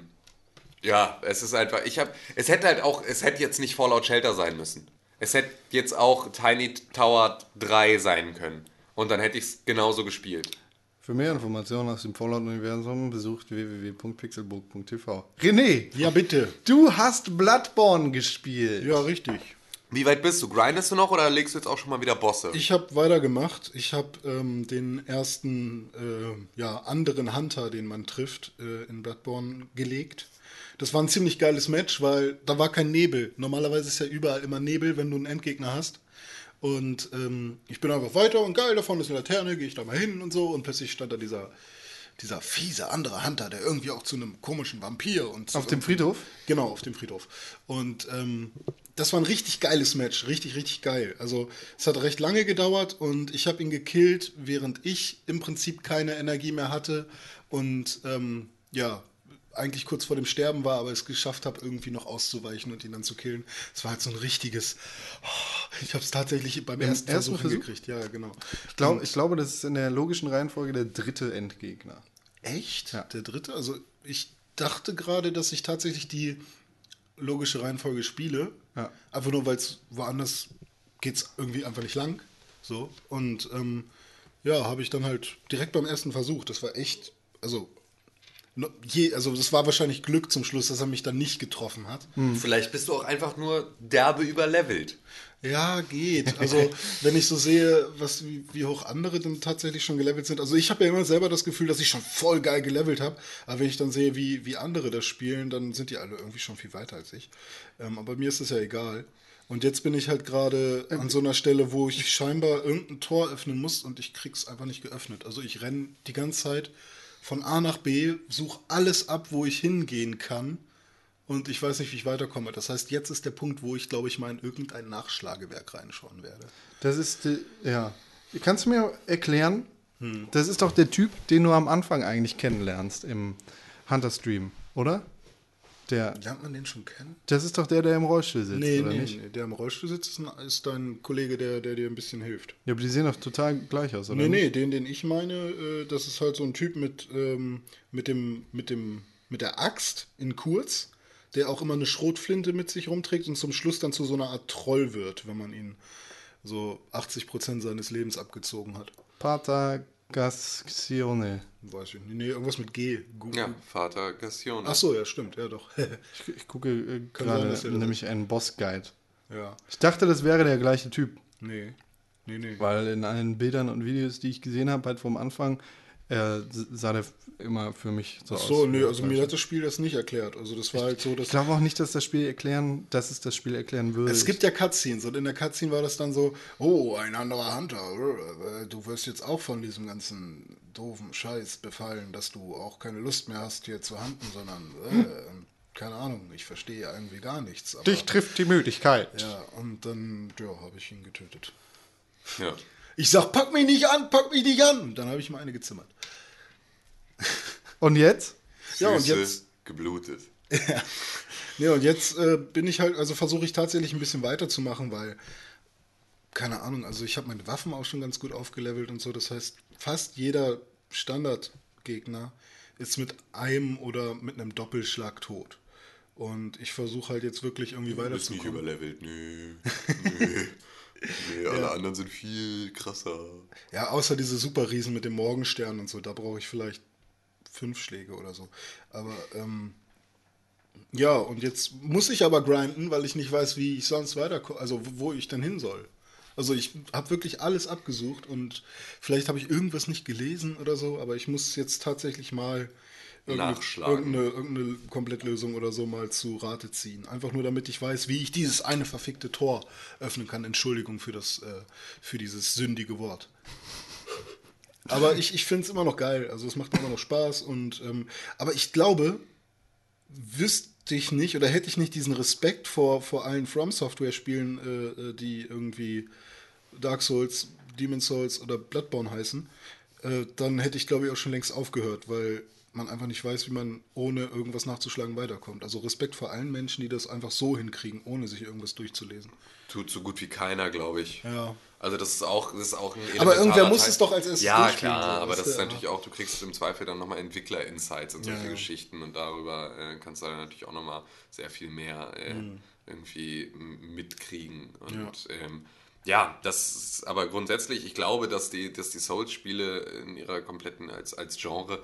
ja, es ist einfach, es hätte jetzt nicht Fallout Shelter sein müssen. Es hätte jetzt auch Tiny Tower 3 sein können. Und dann hätte ich es genauso gespielt. Für mehr Informationen aus dem Fallout-Universum besucht www.pixelburg.tv. René, Ja, bitte. du hast Bloodborne gespielt. Ja, richtig. Wie weit bist du? Grindest du noch oder legst du jetzt auch schon mal wieder Bosse? Ich habe weitergemacht. Ich habe den ersten anderen Hunter, den man trifft, in Bloodborne gelegt. Das war ein ziemlich geiles Match, weil da war kein Nebel. Normalerweise ist ja überall immer Nebel, wenn du einen Endgegner hast. Und ich bin einfach weiter und geil, da vorne ist eine Laterne, gehe ich da mal hin und so. Und plötzlich stand da dieser fiese andere Hunter, der irgendwie auch zu einem komischen Vampir und Auf dem Friedhof? Genau, auf dem Friedhof. Und das war ein richtig geiles Match, richtig, richtig geil. Also es hat recht lange gedauert und ich habe ihn gekillt, während ich im Prinzip keine Energie mehr hatte und eigentlich kurz vor dem Sterben war, aber es geschafft habe, irgendwie noch auszuweichen und ihn dann zu killen. Es war halt so ein richtiges, ich habe es tatsächlich beim ersten Versuch hingekriegt. Ja, genau. Ich glaube, das ist in der logischen Reihenfolge der dritte Endgegner. Echt? Ja. Der dritte? Also ich dachte gerade, dass ich tatsächlich die logische Reihenfolge spiele. Ja. Einfach nur, weil es woanders geht es irgendwie einfach nicht lang. So. Und habe ich dann halt direkt beim ersten Versuch, das war echt, also das war wahrscheinlich Glück zum Schluss, dass er mich dann nicht getroffen hat. Vielleicht bist du auch einfach nur derbe überlevelt. Ja, geht. Also, wenn ich so sehe, wie hoch andere dann tatsächlich schon gelevelt sind. Also, ich habe ja immer selber das Gefühl, dass ich schon voll geil gelevelt habe. Aber wenn ich dann sehe, wie andere das spielen, dann sind die alle irgendwie schon viel weiter als ich. Aber mir ist das ja egal. Und jetzt bin ich halt gerade an so einer Stelle, wo ich scheinbar irgendein Tor öffnen muss und ich krieg's einfach nicht geöffnet. Also, ich renne die ganze Zeit von A nach B, suche alles ab, wo ich hingehen kann und ich weiß nicht, wie ich weiterkomme. Das heißt, jetzt ist der Punkt, wo ich, glaube ich, mal in irgendein Nachschlagewerk reinschauen werde. Das ist, ja. Kannst du mir erklären, das ist doch der Typ, den du am Anfang eigentlich kennenlernst im Hunter-Stream, oder? Lernt man den schon kennen? Das ist doch der im Rollstuhl sitzt, oder Nee, nicht? nee, der im Rollstuhl sitzt, ist dein Kollege, der dir ein bisschen hilft. Ja, aber die sehen doch total gleich aus, oder? Nee, nicht? den ich meine, das ist halt so ein Typ mit der Axt in kurz, der auch immer eine Schrotflinte mit sich rumträgt und zum Schluss dann zu so einer Art Troll wird, wenn man ihn so 80% seines Lebens abgezogen hat. Patagazione. Weiß ich nicht. Nee, irgendwas mit G. Ja, Vater Gassione. Ach so, ja, stimmt, ja doch. Ich gucke Kann gerade sein, dass er das nämlich einen Boss-Guide. Ja, Ich dachte, das wäre der gleiche Typ, nee. weil in allen Bildern und Videos, die ich gesehen habe, halt vom Anfang, sah der immer für mich so Ach aus. so, nee, also mir hat das Spiel das nicht erklärt. Also das war halt so, dass Ich glaube auch nicht, dass es das Spiel erklären würde. es gibt ja Cutscenes und in der Cutscene war das dann so, oh, ein anderer Hunter, du wirst jetzt auch von diesem ganzen doofen Scheiß befallen, dass du auch keine Lust mehr hast hier zu hunten, sondern, keine Ahnung, ich verstehe irgendwie gar nichts. Aber, Dich trifft die Müdigkeit. ja, und dann, ja, habe ich ihn getötet. Ja. Ich sag, pack mich nicht an, pack mich nicht an! Und dann habe ich mal eine gezimmert. Und jetzt? Ja, und Füße jetzt... geblutet. Ja, und jetzt bin ich halt, also versuche ich tatsächlich ein bisschen weiterzumachen, weil, keine Ahnung, also ich habe meine Waffen auch schon ganz gut aufgelevelt und so. Das heißt, fast jeder Standardgegner ist mit einem oder mit einem Doppelschlag tot. Und ich versuche halt jetzt wirklich irgendwie Du bist nicht weiterzukommen. überlevelt. Nee. Nee, alle anderen sind viel krasser. Ja, außer diese Superriesen mit dem Morgenstern und so, da brauche ich vielleicht 5 Schläge oder so. Aber, ja, und jetzt muss ich aber grinden, weil ich nicht weiß, wie ich sonst weiterkomme, also wo ich dann hin soll. Also ich habe wirklich alles abgesucht und vielleicht habe ich irgendwas nicht gelesen oder so, aber ich muss jetzt tatsächlich mal Nachschlagen. irgendeine Komplettlösung oder so mal zu Rate ziehen. Einfach nur, damit ich weiß, wie ich dieses eine verfickte Tor öffnen kann. Entschuldigung für dieses sündige Wort. Aber ich finde es immer noch geil. Also es macht immer noch Spaß. Aber ich glaube, wüsste ich nicht oder hätte ich nicht diesen Respekt vor allen From Software Spielen, die irgendwie Dark Souls, Demon's Souls oder Bloodborne heißen, dann hätte ich, glaube ich, auch schon längst aufgehört, weil man einfach nicht weiß, wie man ohne irgendwas nachzuschlagen weiterkommt. Also Respekt vor allen Menschen, die das einfach so hinkriegen, ohne sich irgendwas durchzulesen. Tut so gut wie keiner, glaube ich. Ja. Also das ist auch ein Aber irgendwer elementarer muss Teil. es doch als erstes Ja, durchspielen, klar, so. aber das ist Ja. natürlich auch, du kriegst im Zweifel dann nochmal Entwickler-Insights und solche Ja. Geschichten und darüber kannst du dann natürlich auch nochmal sehr viel mehr irgendwie mitkriegen. Und ja, das ist aber grundsätzlich, ich glaube, dass die Souls-Spiele in ihrer kompletten, als Genre,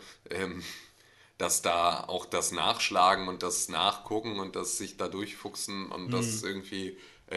dass da auch das Nachschlagen und das Nachgucken und das sich da durchfuchsen und das irgendwie,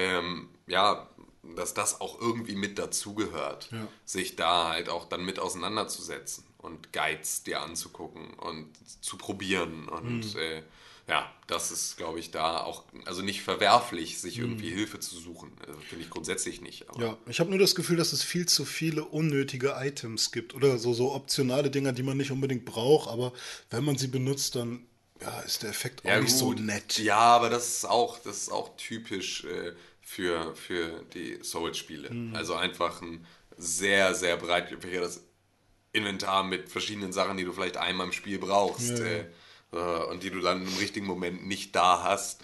ja, dass das auch irgendwie mit dazugehört, Ja. sich da halt auch dann mit auseinanderzusetzen und Guides dir anzugucken und zu probieren und ja, das ist, glaube ich, da auch, also nicht verwerflich, sich irgendwie Hilfe zu suchen. Also, finde ich grundsätzlich nicht. Aber Ja, ich habe nur das Gefühl, dass es viel zu viele unnötige Items gibt oder so optionale Dinger, die man nicht unbedingt braucht, aber wenn man sie benutzt, dann ja, ist der Effekt auch ja, nicht so gut. nett. Ja, aber das ist auch typisch für die Souls-Spiele. Also einfach ein sehr, sehr breit gefächertes Inventar mit verschiedenen Sachen, die du vielleicht einmal im Spiel brauchst. Und die du dann im richtigen Moment nicht da hast,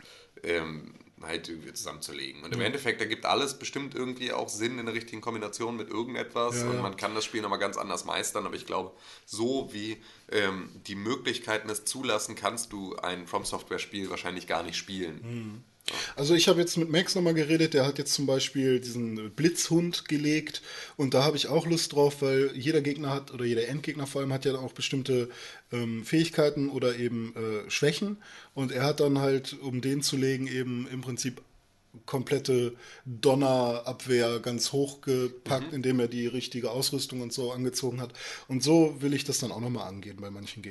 halt irgendwie zusammenzulegen. Und im Endeffekt ergibt alles bestimmt irgendwie auch Sinn in der richtigen Kombination mit irgendetwas. Ja, und ja. man kann das Spiel nochmal ganz anders meistern. Aber ich glaube, so wie die Möglichkeiten es zulassen, kannst du ein From Software-Spiel wahrscheinlich gar nicht spielen. Also ich habe jetzt mit Max nochmal geredet, der hat jetzt zum Beispiel diesen Blitzhund gelegt und da habe ich auch Lust drauf, weil jeder Gegner hat, oder jeder Endgegner vor allem hat ja auch bestimmte Fähigkeiten oder eben Schwächen und er hat dann halt, um den zu legen, eben im Prinzip komplette Donnerabwehr ganz hochgepackt, indem er die richtige Ausrüstung und so angezogen hat. Und so will ich das dann auch nochmal angehen bei manchen Gegnern.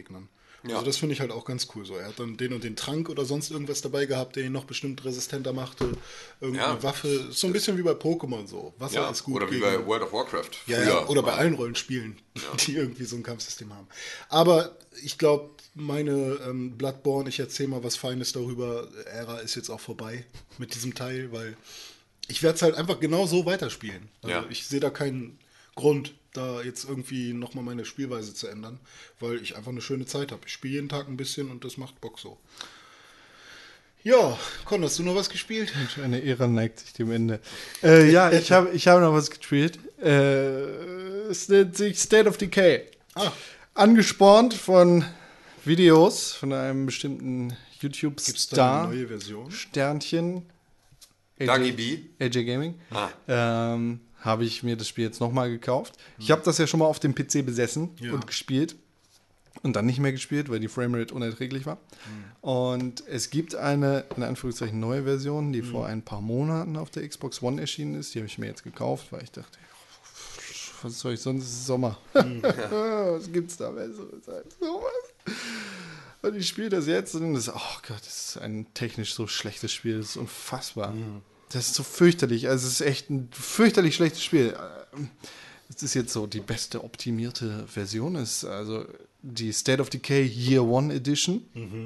Ja. Also das finde ich halt auch ganz cool. So, er hat dann den und den Trank oder sonst irgendwas dabei gehabt, der ihn noch bestimmt resistenter machte. Irgendeine Ja. Waffe. So ein bisschen wie bei Pokémon so. Wasser Ja, ist gut oder wie gegen... bei World of Warcraft. Ja, früher oder bei mal. allen Rollenspielen, die irgendwie so ein Kampfsystem haben. Aber ich glaube, meine Bloodborne, ich erzähle mal was Feines darüber, Ära ist jetzt auch vorbei mit diesem Teil, weil ich werde es halt einfach genau so weiterspielen. Also Ja. ich sehe da keinen Grund, da jetzt irgendwie nochmal meine Spielweise zu ändern, weil ich einfach eine schöne Zeit habe. Ich spiele jeden Tag ein bisschen und das macht Bock so. Ja, Con, hast du noch was gespielt? Eine Ära neigt sich dem Ende. Ja, ich habe noch was gespielt. Es nennt sich State of Decay. Ah, Angespornt von Videos von einem bestimmten gibt es da YouTube-Star, eine neue Version? Sternchen, Dagi B. AJ Gaming, Ah. habe ich mir das Spiel jetzt nochmal gekauft. Ich habe das ja schon mal auf dem PC besessen Ja. und gespielt und dann nicht mehr gespielt, weil die Framerate unerträglich war. Und es gibt eine, in Anführungszeichen, neue Version, die vor ein paar Monaten auf der Xbox One erschienen ist. Die habe ich mir jetzt gekauft, weil ich dachte, was soll ich sonst? Es ist Sommer. Was gibt's da Besseres als sowas? Und ich spiele das jetzt und das, oh Gott, das ist ein technisch so schlechtes Spiel. Das ist unfassbar. Das ist so fürchterlich. Also es ist echt ein fürchterlich schlechtes Spiel. Es ist jetzt so die beste optimierte Version. Es ist also die State of Decay Year One Edition.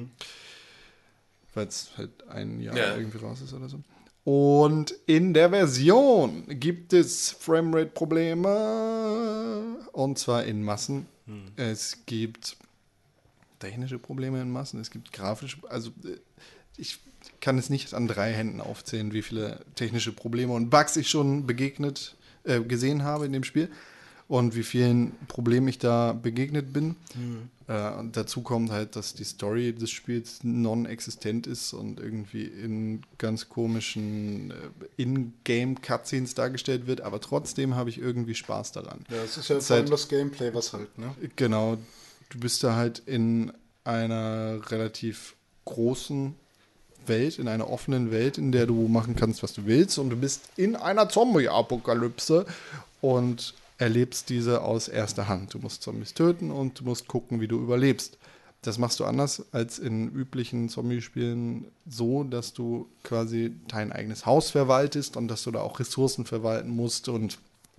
Weil es halt ein Jahr Ja. irgendwie raus ist oder so. Und in der Version gibt es Framerate-Probleme. Und zwar in Massen. Es gibt technische Probleme in Massen. Es gibt grafische, also ich kann es nicht an 3 Händen aufzählen, wie viele technische Probleme und Bugs ich schon gesehen habe in dem Spiel und wie vielen Problemen ich da begegnet bin. Und dazu kommt halt, dass die Story des Spiels non-existent ist und irgendwie in ganz komischen In-Game-Cutscenes dargestellt wird, aber trotzdem habe ich irgendwie Spaß daran. Ja, es ist ja Es ist vor allem halt- das Gameplay, was halt, ne? Genau, du bist da halt in einer relativ großen Welt, in einer offenen Welt, in der du machen kannst, was du willst. Und du bist in einer Zombie-Apokalypse und erlebst diese aus erster Hand. Du musst Zombies töten und du musst gucken, wie du überlebst. Das machst du anders als in üblichen Zombie-Spielen so, dass du quasi dein eigenes Haus verwaltest und dass du da auch Ressourcen verwalten musst und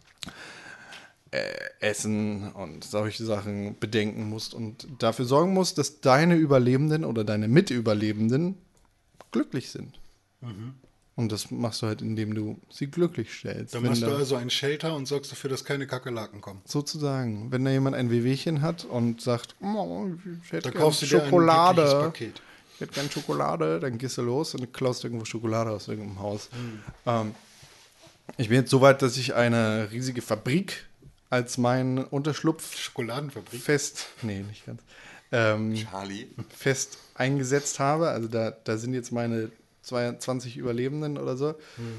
Essen und solche Sachen bedenken musst und dafür sorgen musst, dass deine Überlebenden oder deine Mitüberlebenden glücklich sind. Und das machst du halt, indem du sie glücklich stellst. Dann Wenn machst du da- also einen Shelter und sorgst dafür, dass keine Kakerlaken kommen. sozusagen, wenn da jemand ein Wehwehchen hat und sagt, oh, ich hätte Da gern kaufst du dir ein Schokolade, glückliches Paket. ich hätte gern Schokolade, dann gehst du los und klaust irgendwo Schokolade aus irgendeinem Haus. Ich bin jetzt so weit, dass ich eine riesige Fabrik als meinen Unterschlupf Schokoladenfabrik. nee, nicht ganz, Charlie. fest eingesetzt habe. Also da sind jetzt meine 22 Überlebenden oder so.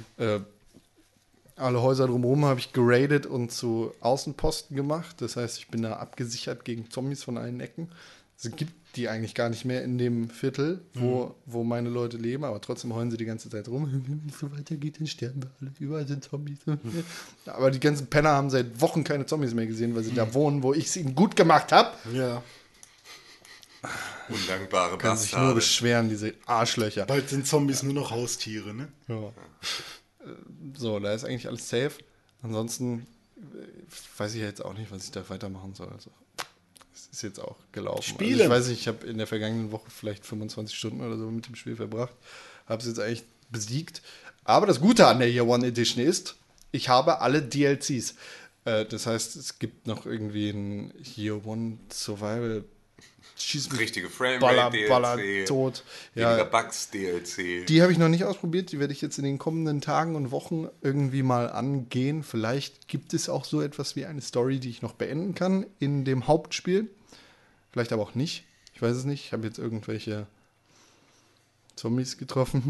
Alle Häuser drumherum habe ich geradet und zu Außenposten gemacht. Das heißt, ich bin da abgesichert gegen Zombies von allen Ecken. Es gibt die eigentlich gar nicht mehr in dem Viertel, wo meine Leute leben, aber trotzdem heulen sie die ganze Zeit rum. Wenn es so weitergeht, dann sterben wir alle. Überall sind Zombies. Aber die ganzen Penner haben seit Wochen keine Zombies mehr gesehen, weil sie da wohnen, wo ich es ihnen gut gemacht habe. Ja. Undankbare Können sich nur Bastarde. beschweren, diese Arschlöcher. Bald sind Zombies nur noch Haustiere, ne? Ja. So, da ist eigentlich alles safe. Ansonsten weiß ich jetzt auch nicht, was ich da weitermachen soll. Also, es ist jetzt auch gelaufen. Spielen. Also ich weiß nicht, ich habe in der vergangenen Woche vielleicht 25 Stunden oder so mit dem Spiel verbracht. Habe es jetzt eigentlich besiegt. Aber das Gute an der Year One Edition ist, ich habe alle DLCs. Das heißt, es gibt noch irgendwie ein Year One Survival Schieß mich Richtige Frame Baller, DLC. Baller, tot. Weniger Ja, Bugs DLC. die habe ich noch nicht ausprobiert. Die werde ich jetzt in den kommenden Tagen und Wochen irgendwie mal angehen. Vielleicht gibt es auch so etwas wie eine Story, die ich noch beenden kann in dem Hauptspiel. Vielleicht aber auch nicht. Ich weiß es nicht. Ich habe jetzt irgendwelche Zombies getroffen.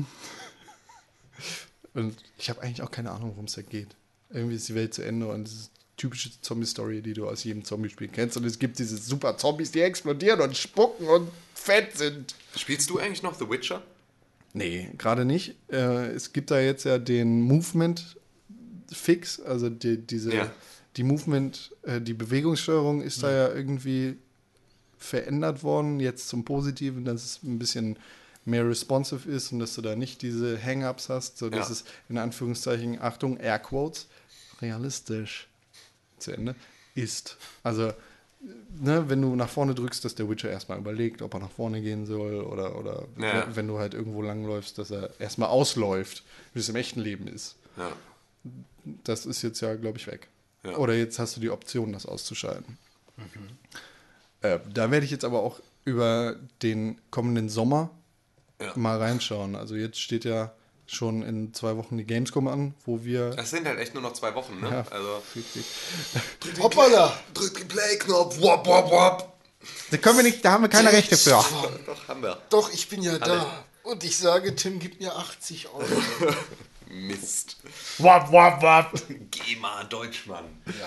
Und ich habe eigentlich auch keine Ahnung, worum es da geht. Irgendwie ist die Welt zu Ende und es ist typische Zombie-Story, die du aus jedem Zombie-Spiel kennst. Und es gibt diese super Zombies, die explodieren und spucken und fett sind. Spielst du eigentlich noch The Witcher? Nee, gerade nicht. Es gibt da jetzt ja den Movement-Fix, also die Ja. Movement, die Bewegungssteuerung ist da ja irgendwie verändert worden, jetzt zum Positiven, dass es ein bisschen mehr responsive ist und dass du da nicht diese Hang-Ups hast, so dass es in Anführungszeichen, Achtung, Airquotes, realistisch zu Ende ist. Also, ne, wenn du nach vorne drückst, dass der Witcher erstmal überlegt, ob er nach vorne gehen soll oder wenn du halt irgendwo langläufst, dass er erstmal ausläuft, wie es im echten Leben ist. Ja. Das ist jetzt ja, glaube ich, weg. Ja. Oder jetzt hast du die Option, das auszuschalten. Da werde ich jetzt aber auch über den kommenden Sommer mal reinschauen. Also jetzt steht ja schon in 2 Wochen die Gamescom an, wo wir... Das sind halt echt nur noch 2 Wochen, ne? Ja, Also Hoppala! drück den Play-Knopf, wop, wop, wop. Da haben wir keine Rechte für. Doch, haben wir. Doch, ich bin ja da. Und ich sage, Tim, gib mir 80 Euro. Mist. Wap, wap, wap. GEMA, Deutschmann.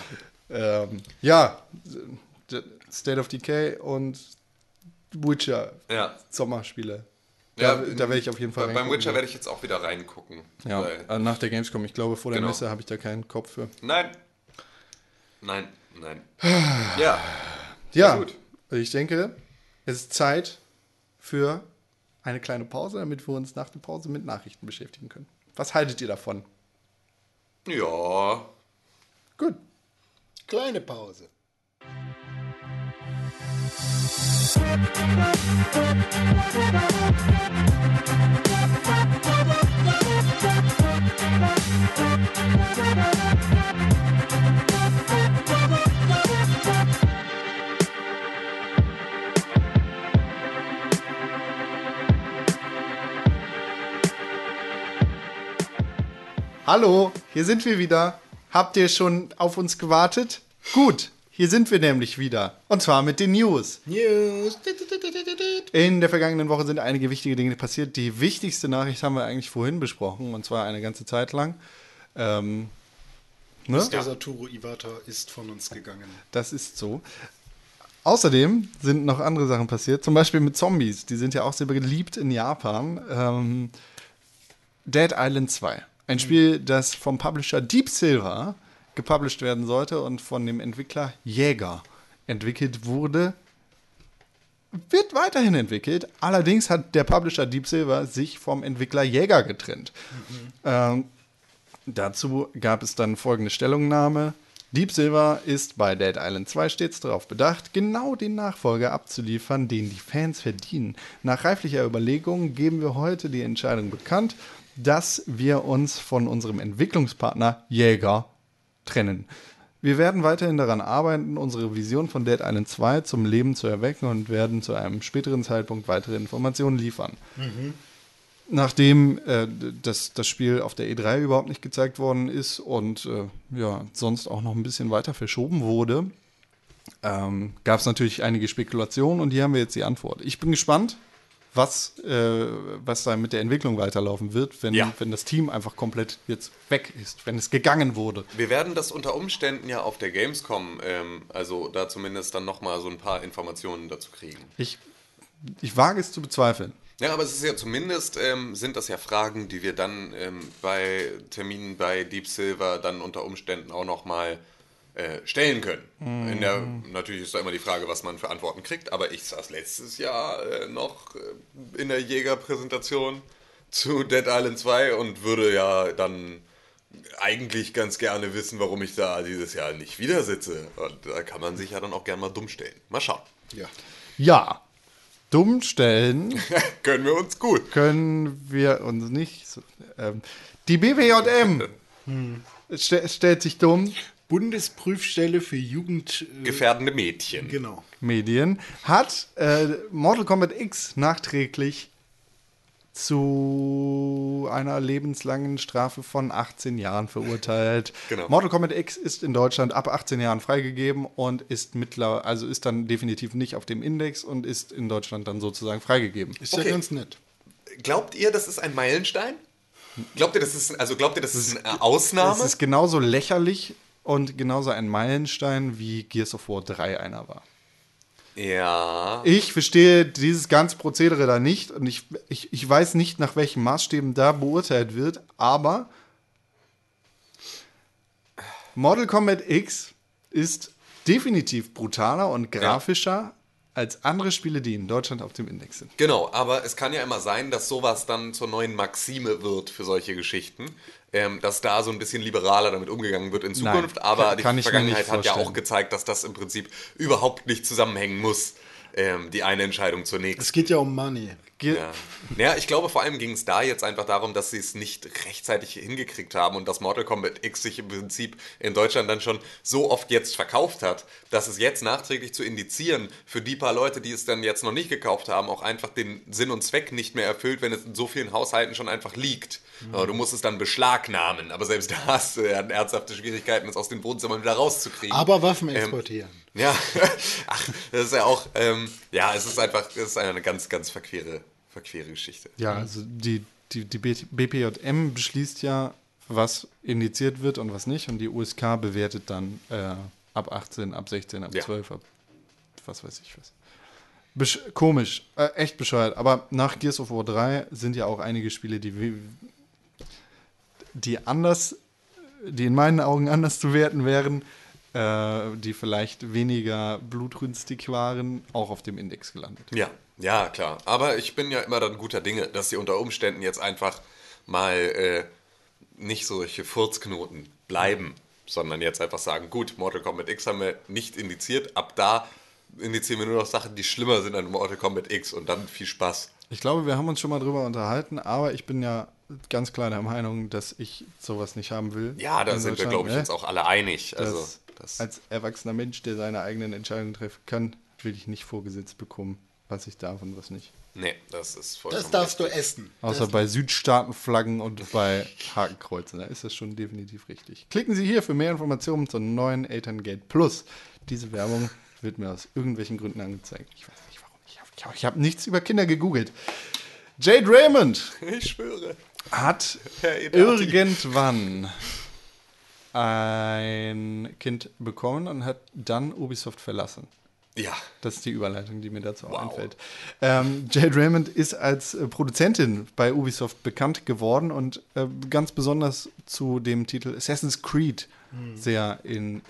State of Decay und Witcher Sommerspiele. Da werde ich auf jeden Fall beim reingucken. Witcher werde ich jetzt auch wieder reingucken. Ja, Weil- nach der Gamescom. Ich glaube, vor der Genau. Messe habe ich da keinen Kopf für. Nein. Ja. Ja, gut. ich denke, es ist Zeit für eine kleine Pause, damit wir uns nach der Pause mit Nachrichten beschäftigen können. Was haltet ihr davon? Ja. Gut. Kleine Pause. Hallo, hier sind wir wieder. Habt ihr schon auf uns gewartet? Gut, hier sind wir nämlich wieder. Und zwar mit den News. News. In der vergangenen Woche sind einige wichtige Dinge passiert. Die wichtigste Nachricht haben wir eigentlich vorhin besprochen, und zwar eine ganze Zeit lang. Ne? Der Satoru Iwata ist von uns gegangen. Das ist so. Außerdem sind noch andere Sachen passiert, zum Beispiel mit Zombies. Die sind ja auch sehr beliebt in Japan. Dead Island 2. Ein Spiel, das vom Publisher Deep Silver gepublished werden sollte und von dem Entwickler Jäger entwickelt wurde. Wird weiterhin entwickelt. Allerdings hat der Publisher Deep Silver sich vom Entwickler Jäger getrennt. Dazu gab es dann folgende Stellungnahme. Deep Silver ist bei Dead Island 2 stets darauf bedacht, genau den Nachfolger abzuliefern, den die Fans verdienen. Nach reiflicher Überlegung geben wir heute die Entscheidung bekannt, dass wir uns von unserem Entwicklungspartner Jäger trennen. Wir werden weiterhin daran arbeiten, unsere Vision von Dead Island 2 zum Leben zu erwecken und werden zu einem späteren Zeitpunkt weitere Informationen liefern. Nachdem das Spiel auf der E3 überhaupt nicht gezeigt worden ist und sonst auch noch ein bisschen weiter verschoben wurde, gab es natürlich einige Spekulationen und hier haben wir jetzt die Antwort. Ich bin gespannt, was da mit der Entwicklung weiterlaufen wird, wenn das Team einfach komplett jetzt weg ist, wenn es gegangen wurde. Wir werden das unter Umständen ja auf der Gamescom, also da zumindest dann nochmal so ein paar Informationen dazu kriegen. Ich wage es zu bezweifeln. Ja, aber es ist ja zumindest, sind das ja Fragen, die wir dann bei Terminen bei Deep Silver dann unter Umständen auch nochmal stellen können. Natürlich ist da immer die Frage, was man für Antworten kriegt, aber ich saß letztes Jahr noch in der Jägerpräsentation zu Dead Island 2 und würde ja dann eigentlich ganz gerne wissen, warum ich da dieses Jahr nicht wieder sitze. Und da kann man sich ja dann auch gerne mal dumm stellen. Mal schauen. Ja, dumm stellen Können wir uns gut. können wir uns nicht. Die BWJM stellt sich dumm. Bundesprüfstelle für Jugend... Gefährdende Mädchen. Genau. Medien hat Mortal Kombat X nachträglich zu einer lebenslangen Strafe von 18 Jahren verurteilt. Genau. Mortal Kombat X ist in Deutschland ab 18 Jahren freigegeben und ist ist dann definitiv nicht auf dem Index und ist in Deutschland dann sozusagen freigegeben. Ist Okay. ja ganz nett. Glaubt ihr, das ist ein Meilenstein? Glaubt ihr, das ist eine Ausnahme? Es ist genauso lächerlich und genauso ein Meilenstein, wie Gears of War 3 einer war. Ja. Ich verstehe dieses ganze Prozedere da nicht und ich weiß nicht, nach welchen Maßstäben da beurteilt wird, aber Mortal Kombat X ist definitiv brutaler und grafischer als andere Spiele, die in Deutschland auf dem Index sind. Genau, aber es kann ja immer sein, dass sowas dann zur neuen Maxime wird für solche Geschichten. Dass da so ein bisschen liberaler damit umgegangen wird in Zukunft. Nein, aber kann die ich mir nicht Vergangenheit hat ja vorstellen. auch gezeigt, dass das im Prinzip überhaupt nicht zusammenhängen muss. Die eine Entscheidung zur nächsten. Es geht ja um Money. Ja, ich glaube, vor allem ging es da jetzt einfach darum, dass sie es nicht rechtzeitig hingekriegt haben und dass Mortal Kombat X sich im Prinzip in Deutschland dann schon so oft jetzt verkauft hat, dass es jetzt nachträglich zu indizieren für die paar Leute, die es dann jetzt noch nicht gekauft haben, auch einfach den Sinn und Zweck nicht mehr erfüllt, wenn es in so vielen Haushalten schon einfach liegt. Aber du musst es dann beschlagnahmen, aber selbst da hast du ja ernsthafte Schwierigkeiten, es aus den Wohnzimmern wieder rauszukriegen. Aber Waffen exportieren. Ja, ach, das ist ja auch, es ist eine ganz, ganz verquere Geschichte. Ja, also die BPJM beschließt ja, was indiziert wird und was nicht. Und die USK bewertet dann ab 18, ab 16, ab 12, ab was weiß ich was. Komisch, echt bescheuert. Aber nach Gears of War 3 sind ja auch einige Spiele, die in meinen Augen anders zu werten wären, die vielleicht weniger blutrünstig waren, auch auf dem Index gelandet. Ja, klar. Aber ich bin ja immer dann guter Dinge, dass sie unter Umständen jetzt einfach mal nicht solche Furzknoten bleiben, sondern jetzt einfach sagen, gut, Mortal Kombat X haben wir nicht indiziert, ab da indizieren wir nur noch Sachen, die schlimmer sind an Mortal Kombat X und dann viel Spaß. Ich glaube, wir haben uns schon mal drüber unterhalten, aber ich bin ja ganz klar der Meinung, dass ich sowas nicht haben will. Ja, da sind wir, glaube ich, uns auch alle einig. Als erwachsener Mensch, der seine eigenen Entscheidungen treffen kann, will ich nicht vorgesetzt bekommen, was ich darf und was nicht. Nee, das ist vollkommen Das darfst richtig. du essen. Außer bei Südstaatenflaggen und bei Hakenkreuzen. Da ist das schon definitiv richtig. Klicken Sie hier für mehr Informationen zum neuen Elterngeld Plus. Diese Werbung wird mir aus irgendwelchen Gründen angezeigt. Ich weiß nicht warum. Ich habe nichts über Kinder gegoogelt. Jade Raymond Ich schwöre. hat Herr Edati. irgendwann ein Kind bekommen und hat dann Ubisoft verlassen. Ja. Das ist die Überleitung, die mir dazu auch einfällt. Jade Raymond ist als Produzentin bei Ubisoft bekannt geworden und ganz besonders zu dem Titel Assassin's Creed sehr in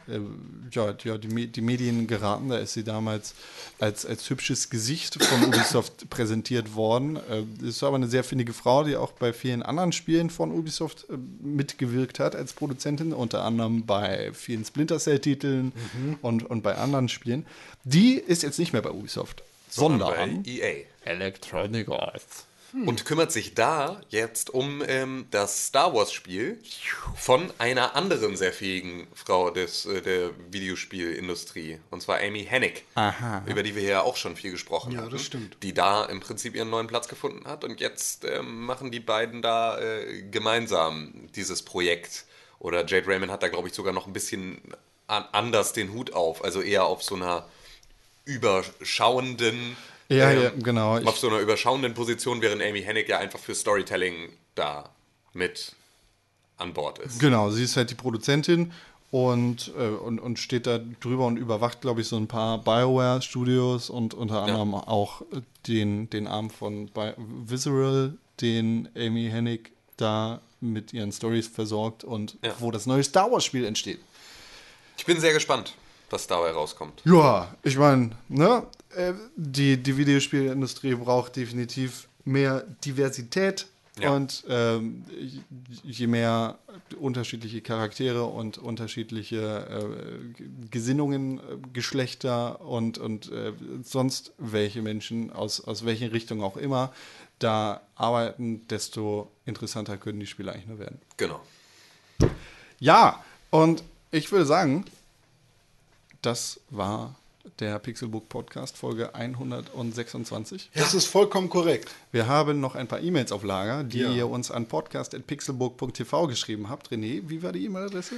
die Medien geraten. Da ist sie damals als hübsches Gesicht von Ubisoft präsentiert worden. Ist aber eine sehr findige Frau, die auch bei vielen anderen Spielen von Ubisoft mitgewirkt hat als Produzentin, unter anderem bei vielen Splinter Cell-Titeln und bei anderen Spielen. Die ist jetzt nicht mehr bei Ubisoft, sondern bei EA. Electronic Arts. Und kümmert sich da jetzt um das Star Wars-Spiel von einer anderen sehr fähigen Frau der Videospielindustrie. Und zwar Amy Hennig, über die wir ja auch schon viel gesprochen haben. Ja, das stimmt. Die da im Prinzip ihren neuen Platz gefunden hat. Und jetzt machen die beiden da gemeinsam dieses Projekt. Oder Jade Raymond hat da, glaube ich, sogar noch ein bisschen anders den Hut auf. Also eher auf so einer überschauenden... Ja, genau. Auf so einer überschauenden Position, während Amy Hennig ja einfach für Storytelling da mit an Bord ist. Genau, sie ist halt die Produzentin und steht da drüber und überwacht, glaube ich, so ein paar BioWare-Studios und unter anderem auch den Arm von Visceral, den Amy Hennig da mit ihren Storys versorgt und wo das neue Star Wars-Spiel entsteht. Ich bin sehr gespannt, was dabei rauskommt. Ja, ich meine, ne? Die Videospielindustrie braucht definitiv mehr Diversität und je mehr unterschiedliche Charaktere und unterschiedliche Gesinnungen, Geschlechter und sonst welche Menschen aus welchen Richtungen auch immer da arbeiten, desto interessanter können die Spiele eigentlich nur werden. Genau. Ja, und ich würde sagen, das war der Pixelbook Podcast, Folge 126. Das ist vollkommen korrekt. Wir haben noch ein paar E-Mails auf Lager, die ihr uns an podcast@pixelburg.tv geschrieben habt. René, wie war die E-Mail-Adresse?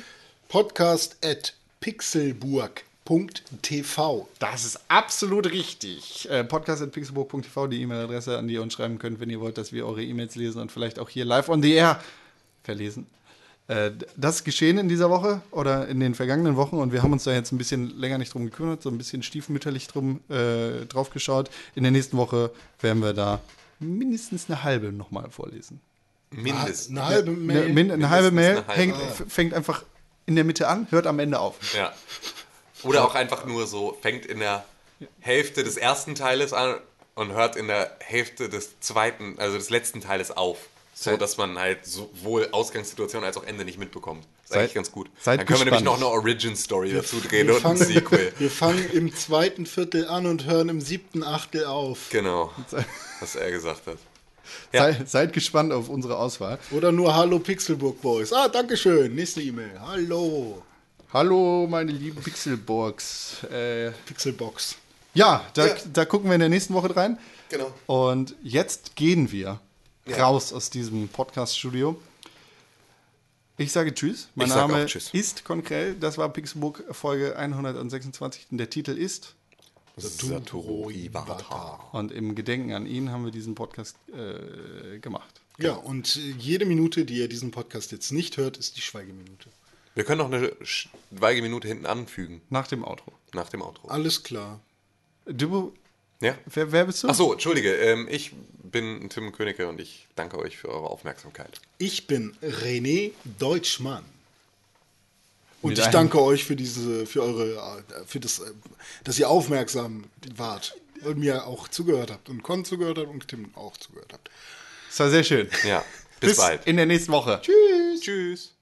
podcast@pixelburg.tv. Das ist absolut richtig. Podcast@pixelburg.tv, die E-Mail-Adresse, an die ihr uns schreiben könnt, wenn ihr wollt, dass wir eure E-Mails lesen und vielleicht auch hier live on the air verlesen. Das ist geschehen in dieser Woche oder in den vergangenen Wochen und wir haben uns da jetzt ein bisschen länger nicht drum gekümmert, so ein bisschen stiefmütterlich drauf geschaut. In der nächsten Woche werden wir da mindestens eine halbe nochmal vorlesen. Mindestens. Eine halbe Mail. Eine halbe Mail eine halbe. fängt einfach in der Mitte an, hört am Ende auf. Ja. Oder auch einfach nur so, fängt in der Hälfte des ersten Teiles an und hört in der Hälfte des zweiten, also des letzten Teiles auf. So, dass man halt sowohl Ausgangssituation als auch Ende nicht mitbekommt. Das ist eigentlich ganz gut. Dann können wir nämlich noch eine Origin-Story dazu drehen und ein Sequel. Wir fangen im zweiten Viertel an und hören im 7. Achtel auf. Genau, was er gesagt hat. Seid gespannt auf unsere Auswahl. Oder nur Hallo Pixelburg Boys. Dankeschön. Nächste E-Mail. Hallo. Hallo, meine lieben Pixelburgs. Pixelbox. Ja, da gucken wir in der nächsten Woche rein. Genau. Und jetzt gehen wir raus aus diesem Podcast-Studio. Ich sage Tschüss. Mein Name ist Konkrell. Das war Pixelburg Folge 126. Und der Titel ist Satoru Iwata. Und im Gedenken an ihn haben wir diesen Podcast gemacht. Ja, und jede Minute, die ihr diesen Podcast jetzt nicht hört, ist die Schweigeminute. Wir können noch eine Schweigeminute hinten anfügen. Nach dem Outro. Nach dem Outro. Alles klar. Du, ja? Wer bist du? Achso, Entschuldige. Ich bin Tim Königke und ich danke euch für eure Aufmerksamkeit. Ich bin René Deutschmann. Und ich danke euch dass ihr aufmerksam wart und mir auch zugehört habt und Con zugehört habt und Tim auch zugehört habt. Das war sehr schön. Ja, bis bald. In der nächsten Woche. Tschüss. Tschüss.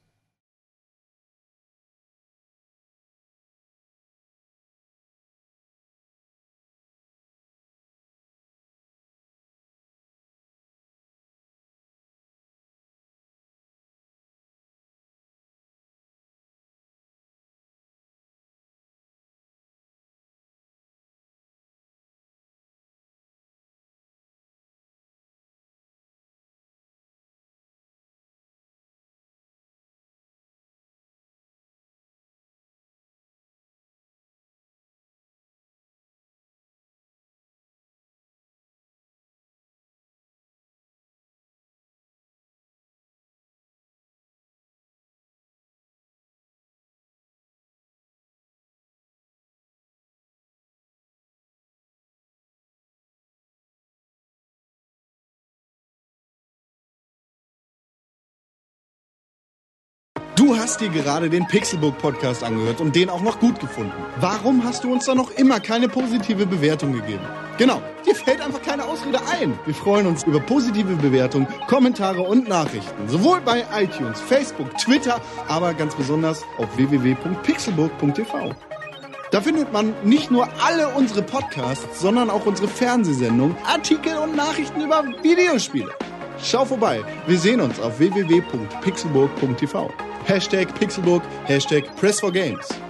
Du hast dir gerade den Pixelburg Podcast angehört und den auch noch gut gefunden. Warum hast du uns da noch immer keine positive Bewertung gegeben? Genau, dir fällt einfach keine Ausrede ein. Wir freuen uns über positive Bewertungen, Kommentare und Nachrichten. Sowohl bei iTunes, Facebook, Twitter, aber ganz besonders auf www.pixelburg.tv. Da findet man nicht nur alle unsere Podcasts, sondern auch unsere Fernsehsendungen, Artikel und Nachrichten über Videospiele. Schau vorbei, wir sehen uns auf www.pixelburg.tv. #Pixelburg, #Press4Games.